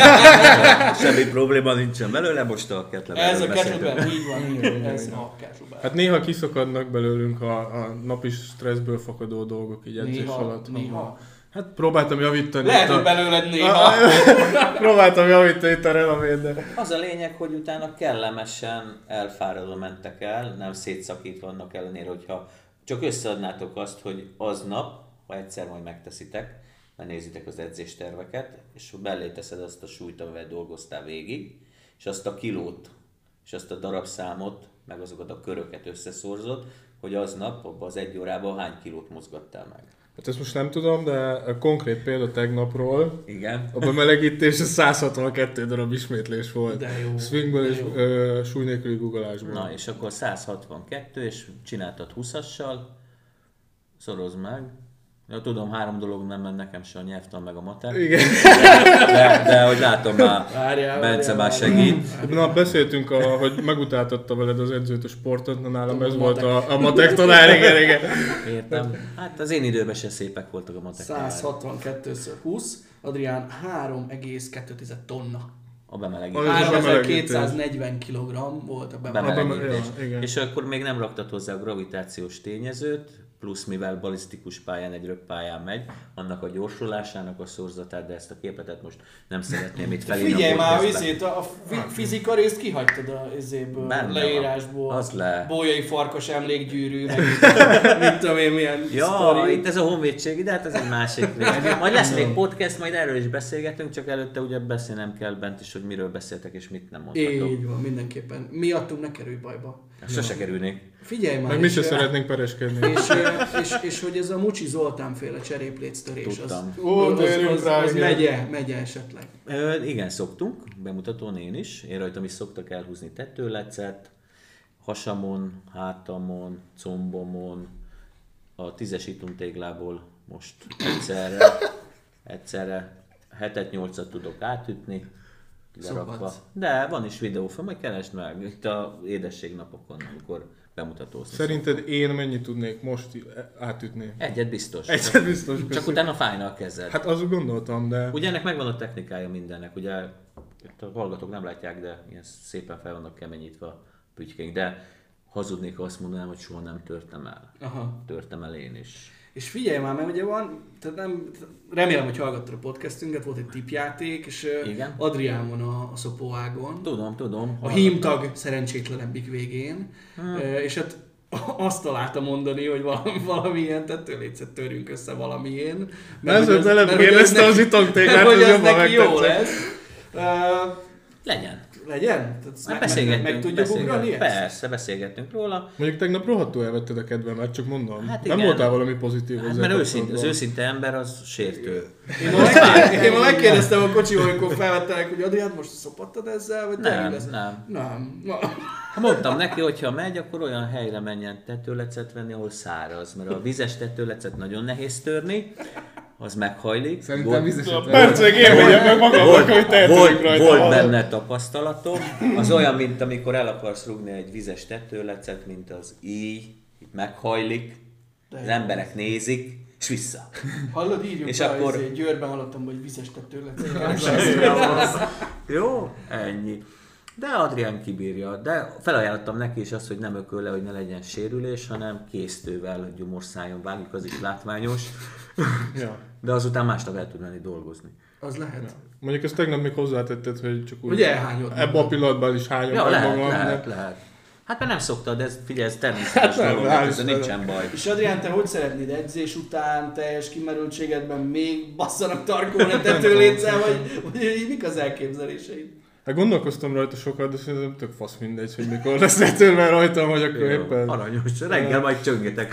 hozzá. Semmi probléma nincsen belőle, most a kettlebellről Ez a beszéltünk. kettlebell, így van, így van, ez a kettlebell. Hát néha kiszakadnak belőlünk a, a napi stresszből fakadó dolgok így edzés Néha, alatt. néha. Hát próbáltam javítani. Lehet, itt hogy a... belőled néha. próbáltam javítani itt a renomét, de... Az a lényeg, hogy utána kellemesen elfáradva mentek el, nem szétszakítva annak ellenére, hogyha csak összeadnátok azt, hogy aznap, ha egyszer majd megteszitek, megnézitek az edzésterveket, és belé teszed azt a súlyt, amivel dolgoztál végig, és azt a kilót, és azt a darabszámot, meg azokat a köröket összeszorzott, hogy aznap, abban az egy órában hány kilót mozgattál meg. Hát ezt most nem tudom, de a konkrét példa tegnapról, Igen. a bemelegítés száz hatvankettő darab ismétlés volt. De jó. Swingből de és jó. ö, súly nélküli googolásból. Na, és akkor száz hatvankettő, és csináltad húszassal, szorozd meg. Ja, tudom, három dolog nem ment nekem se, a nyelvtan meg a matek. Igen. De, de hogy látom már, Várjál, Bence várjál, már várjál. segít. Na, beszéltünk, a, hogy megutáltatta veled az edzőt a sportot, na nálam ez A volt matek. a, a matek tanár, igen, igen. Értem. Hát az én időben se szépek voltak a matek. száz hatvankettő húsz, Adrián három egész kettő tonna. A bemelegítés. Az- háromezer-kétszáznegyven kilogramm volt a bemelegítés. bemelegítés. Ja, igen. És akkor még nem raktad hozzá a gravitációs tényezőt, plusz mivel balisztikus pályán, egy rögpályán megy, annak a gyorsulásának a szorzatát, de ezt a képletet most nem szeretném itt felírni. Figyelj a már, podcastben. izét, a fi- fizika részt kihagytad a izéből, Benne van. leírásból. Az le. Bolyai farkas emlékgyűrű, meg mit tudom én milyen Ja, sztori. itt ez a honvédségi, de hát ez egy másik rész. Majd lesz még podcast, majd erről is beszélgetünk, csak előtte ugye beszélnem kell bent is, hogy miről beszéltek és mit nem mondhatok. Így van, mindenképpen. Miattunk ne kerülj bajba. Sose kerülnék. Figyelj már. Meg mi és, se ö, szeretnénk pereskedni. És, ö, és, és, hogy ez a Mucsi Zoltán féle cserépléctörés, az, Tudtam. Ó, az, térjünk az, rá, az igen. megye, megye esetleg. Ö, igen, szoktunk, bemutatón én is. Én rajtam is szoktak elhúzni tetőlecet, hasamon, hátamon, combomon, a tízes itumtéglából most egyszerre, egyszerre hetet, nyolcat tudok átütni, lerakva. Szokatsz. De van is videó, fel majd keresd meg, itt a édességnapokon, amikor bemutatózni. Szerinted én mennyit tudnék most átütni? Egyet biztos. Egyszer biztos. Csak köszönöm. utána fájna a kezed. Hát azt gondoltam, de... Ugye ennek megvan a technikája mindennek, ugye itt a hallgatók nem látják, de ilyen szépen fel vannak keményítve a pütykénk, de hazudnék, ha azt mondanám, hogy soha nem törtem el. Aha. Törtem el én is. És figyelj már, mert ugye van, tehát nem, remélem, hogy hallgattad a podcastünket, volt egy tipjáték, és ö, Igen. Adrián van a, a szopóágon. Tudom, tudom. A hímtag szerencsétlenebbik végén, Hmm. Ö, és hát azt találta mondani, hogy valami, valamilyen tetőlécet törünk össze valamilyen. Ez hogy az előbb mert hogy kérdezte ez az neki- itongtéglát, mert hogy hogy ez jobban neki jó megtetszett. lesz. Ö, Legyen. Legyen? Tehát Hát meg, meg, beszélgettünk. meg tudjuk ugrani beszélgettünk. ezt? Persze, beszélgettünk róla. Mondjuk tegnap rohadtul elvetted a kedvemet, csak mondom. Hát Nem igen. voltál valami pozitív Hát ezzel mert őszinte, az kapcsolatban. őszinte ember az sértő. Én ma, megkérdeztem, én ma megkérdeztem a kocsiból, amikor felvettelek, hogy Adrián, most szopattad ezzel, vagy Nem, te lesz? nem. Nem. Na. Ha mondtam neki, hogy ha megy, akkor olyan helyre menjen tetőlecet venni, ahol száraz, mert a vizes tetőlecet nagyon nehéz törni, az meghajlik. Szerintem Volt- vizeset. Perceg én megyek meg magamnak, hogy tehetődik volt, rajta. volt benne tapasztalatom. Az olyan, mint amikor el akarsz rúgni egy vizes tetőlecet, mint az így, itt meghajlik, az emberek nézik, és vissza. Hallod, írjuk És és akkor- akkor... Győrben hallottam, hogy vizes tetőlet. Jó, ennyi. De Adrián kibírja, de felajánlottam neki is azt, hogy nem ököl le, hogy ne legyen sérülés, hanem késztővel gyomorszájon vágjuk, az is látványos. Ja. De azután másnap el tud menni dolgozni. Az lehet. Mondjuk ezt tegnap még hozzátetted, hogy csak úgy... Hogy elhányod Ebben a magad. pillanatban is hányom Ja, meg lehet, magam. lehet, de- lehet. Hát mert nem szoktad, de ez, figyelj, ez természetes Hát nem, dolog, hál' ez Istennek. nincsen baj. És Adrián, te hogy szeretnéd edzés után, teljes kimerültségedben még basszanak tarkolni a tetőléccel, vagy, vagy így mik az elképzeléseid? Hát gondolkoztam rajta sokat, de szerintem tök fasz mindegy, hogy mikor lesz letölve rajtam, hogy akkor Jó, éppen... aranyos, reggel majd csöngetek.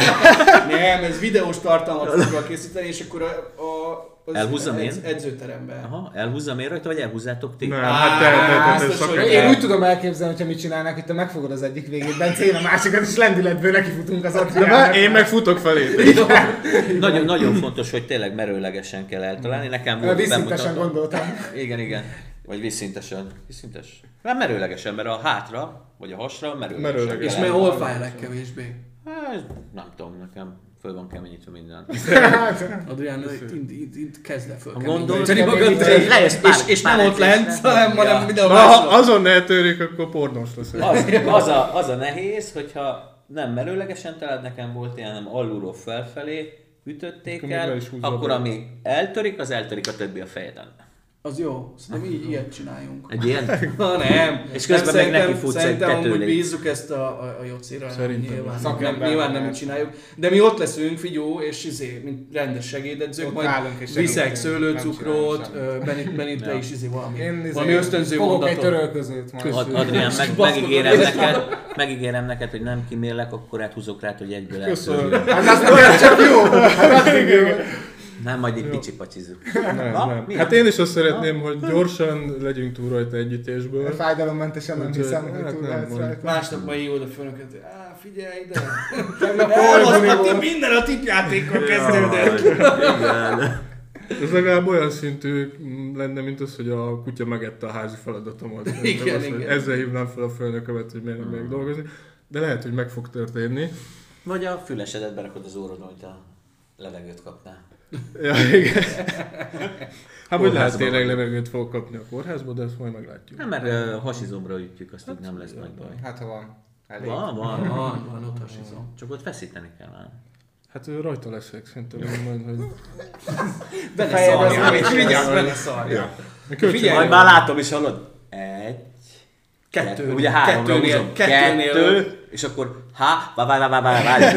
Nem, ez videós tartalmat fogok készíteni, és akkor a, a az Elhúzzam én? edz, edzőteremben. Aha, elhúzzam én rajta, vagy elhúzzátok ti? Nem, hát te, te, te, te, biztos, te, hogy- te, Én úgy tudom elképzelni, hogyha mit csinálnak, hogy te megfogod az egyik végét, Bence, én a másikat, és lendületből nekifutunk az De már Adriánnak. én meg futok felé. Nagyon, nagyon fontos, hogy tényleg merőlegesen kell eltalálni. Nekem volt Visszintesen bemutató. gondoltam. Igen, igen. Vagy visszintesen. Visszintes? Nem merőlegesen, mert a hátra, vagy a hasra merőlegesen. Merőlegesen. És kell mert eltalálni. hol fáj a legkevésbé? Hát, nem tudom, nekem föl van keményítve minden. Adrián, itt, itt, itt kezd el föl. Gondolod, keményíteni hogy magad, így és, lejössz pár- és, és pár nem ott lent, edzésre. hanem, Ja. hanem mindenhol Na, ha máshol. azon ne eltörik, akkor pornós leszek. Az, az, a, az a nehéz, hogyha nem merőlegesen találd, nekem volt ilyen, hanem alulról felfelé ütötték Akkor még le el, is húzza akkor be. ami eltörik, az eltörik, a többi a fejeden. Az jó, szerintem így ilyet csináljunk. Egy ilyen? Ha nem. És közben nem, meg neki futsz egy szerintem amúgy tetőlét. bízzuk ezt a, a, a jocira, Szerintem nyilván, is. nem, Szakember nyilván nem lehet. így csináljuk. De mi ott leszünk, figyó, és izé, mint rendes segédedzők, Ott majd állunk és viszek segítünk. szőlőcukrot, Nem csinálunk ö, Benit, Benit te Ja. is izé valami, Én izé, valami ösztönző fogok egy mondatot. törölközőt majd. Köszönöm. Ad- Adrián, meg, Baszkodod, megígérem és- neked, megígérem neked, hogy nem kimélek, akkor áthúzok rá, hogy egyből Köszönöm. eltörjük. Hát az neked csak jó! Hát az még jó. Nem, majd egy picsi pacsizunk. Nem, Na, nem. milyen? Hát én is azt szeretném, hogy gyorsan legyünk túl rajta együttésből. Fájdalommentesen nem Úgyhogy, hiszem, hogy hát túl nem lehetsz mondom. rajta. Másnap majd hívod a főnököt, hogy á, figyelj ide! Tegnap Elhozta Olbuni ti volt. minden a tipjátékkal kezdődött! Igen. Ez legalább olyan szintű lenne, mint az, hogy a kutya megette a házi feladatomat. Igen, az, hogy igen. ezzel hívnám fel a főnökömet, hogy miért nem megyek dolgozni. De lehet, hogy meg fog történni. Vagy a fülesedet berakod az órodon, hogy a levegőt kapnál. Ja, igen. Hát vagy lehet Kórházban tényleg vagy. levegőt fog kapni a kórházba, de ezt majd meglátjuk. Nem, mert uh, hasizomra ütjük, azt így nem lesz nagy baj. Hát ha van. Elég. Van, van, van. Van, van, ott hasizom. Csak ott feszíteni kell már. Hát ő rajta leszek, szerintem én majd, hogy... Bele Fejebe szarja, szarja. és vigyázz, bele szarja. Kölcsön- Figyelj, Majd már látom is, hallod? Egy. Kettő. Ugye háromra Kettőnél- húzom. kettőnél- Kettő. És akkor há, vá, vá, vá, vá, vá, vá.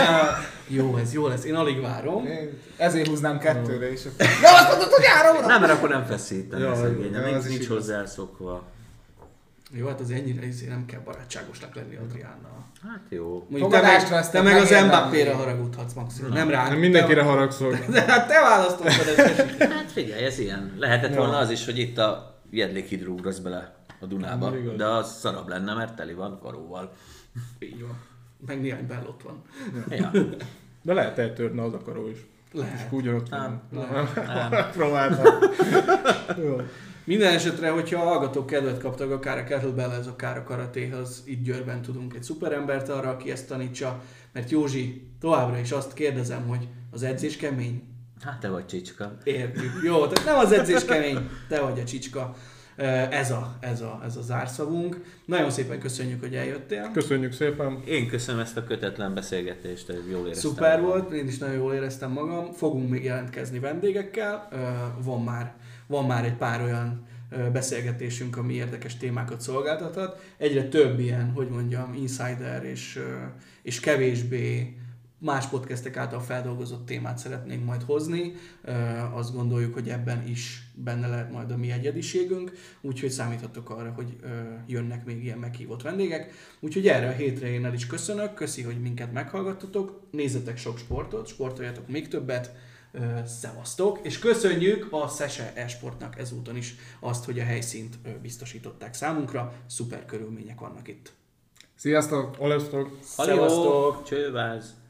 Jó, ez jó lesz, én alig várom. Én ezért húznám kettőre is. De azt mondod, hogy háromra! Nem, mert akkor nem feszítem, Ja, ja, szegényem. ja, Nincs, az is nincs igaz. hozzá szokva. Jó, hát az ennyire izé nem kell barátságosnak lenni Adriánnal. Hát jó. Mondjuk te Fogadást meg, vesztek, te meg az megérdemli. Mbappére haragudhatsz maximum, nem rá. Nem mindenkire haragszol. De hát te választottad ezt. Hát figyelj, ez ilyen. Lehetett Ja. volna az is, hogy itt a Jedlik-hidro ugrasz bele a Dunába. Nem igaz. De az szarabb lenne, mert teli van karóval. Így van. Meg néhány bellott van. Ja. De lehet eltörni az akaró is. És Lehet. ugyanott Nem. van. Nem. Próbáltam. Jó. Minden esetre, hogyha a hallgatók kedvet kaptak akár a kettlebellhez, akár a karatéhoz, itt Győrben tudunk egy szuperembert arra, aki ezt tanítsa. Mert Józsi, továbbra is azt kérdezem, hogy az edzés kemény? Hát te vagy csicska. Értjük. Jó, tehát nem az edzés kemény, te vagy a csicska. Ez a, ez a, ez a zárszavunk. Nagyon szépen köszönjük, hogy eljöttél. Köszönjük szépen. Én köszönöm ezt a kötetlen beszélgetést, jól éreztem. Szuper magam. volt, én is nagyon jól éreztem magam. Fogunk még jelentkezni vendégekkel. Ö, Van már, van már egy pár olyan ö, beszélgetésünk, ami érdekes témákat szolgáltathat. Egyre több ilyen, hogy mondjam, insider és, ö, és kevésbé más podcastek által feldolgozott témát szeretnénk majd hozni. Ö, Azt gondoljuk, hogy ebben is benne lehet majd a mi egyediségünk, úgyhogy számíthatok arra, hogy ö, jönnek még ilyen meghívott vendégek. Úgyhogy erre a hétre én el is köszönök, köszi, hogy minket meghallgattatok, nézzetek sok sportot, sportoljatok még többet, ö, szevasztok, és köszönjük a Szese e-sportnak ezúton is azt, hogy a helyszínt ö, biztosították számunkra, szuper körülmények vannak itt. Sziasztok! Olasztok. Halló, Szevasztok! csőváz.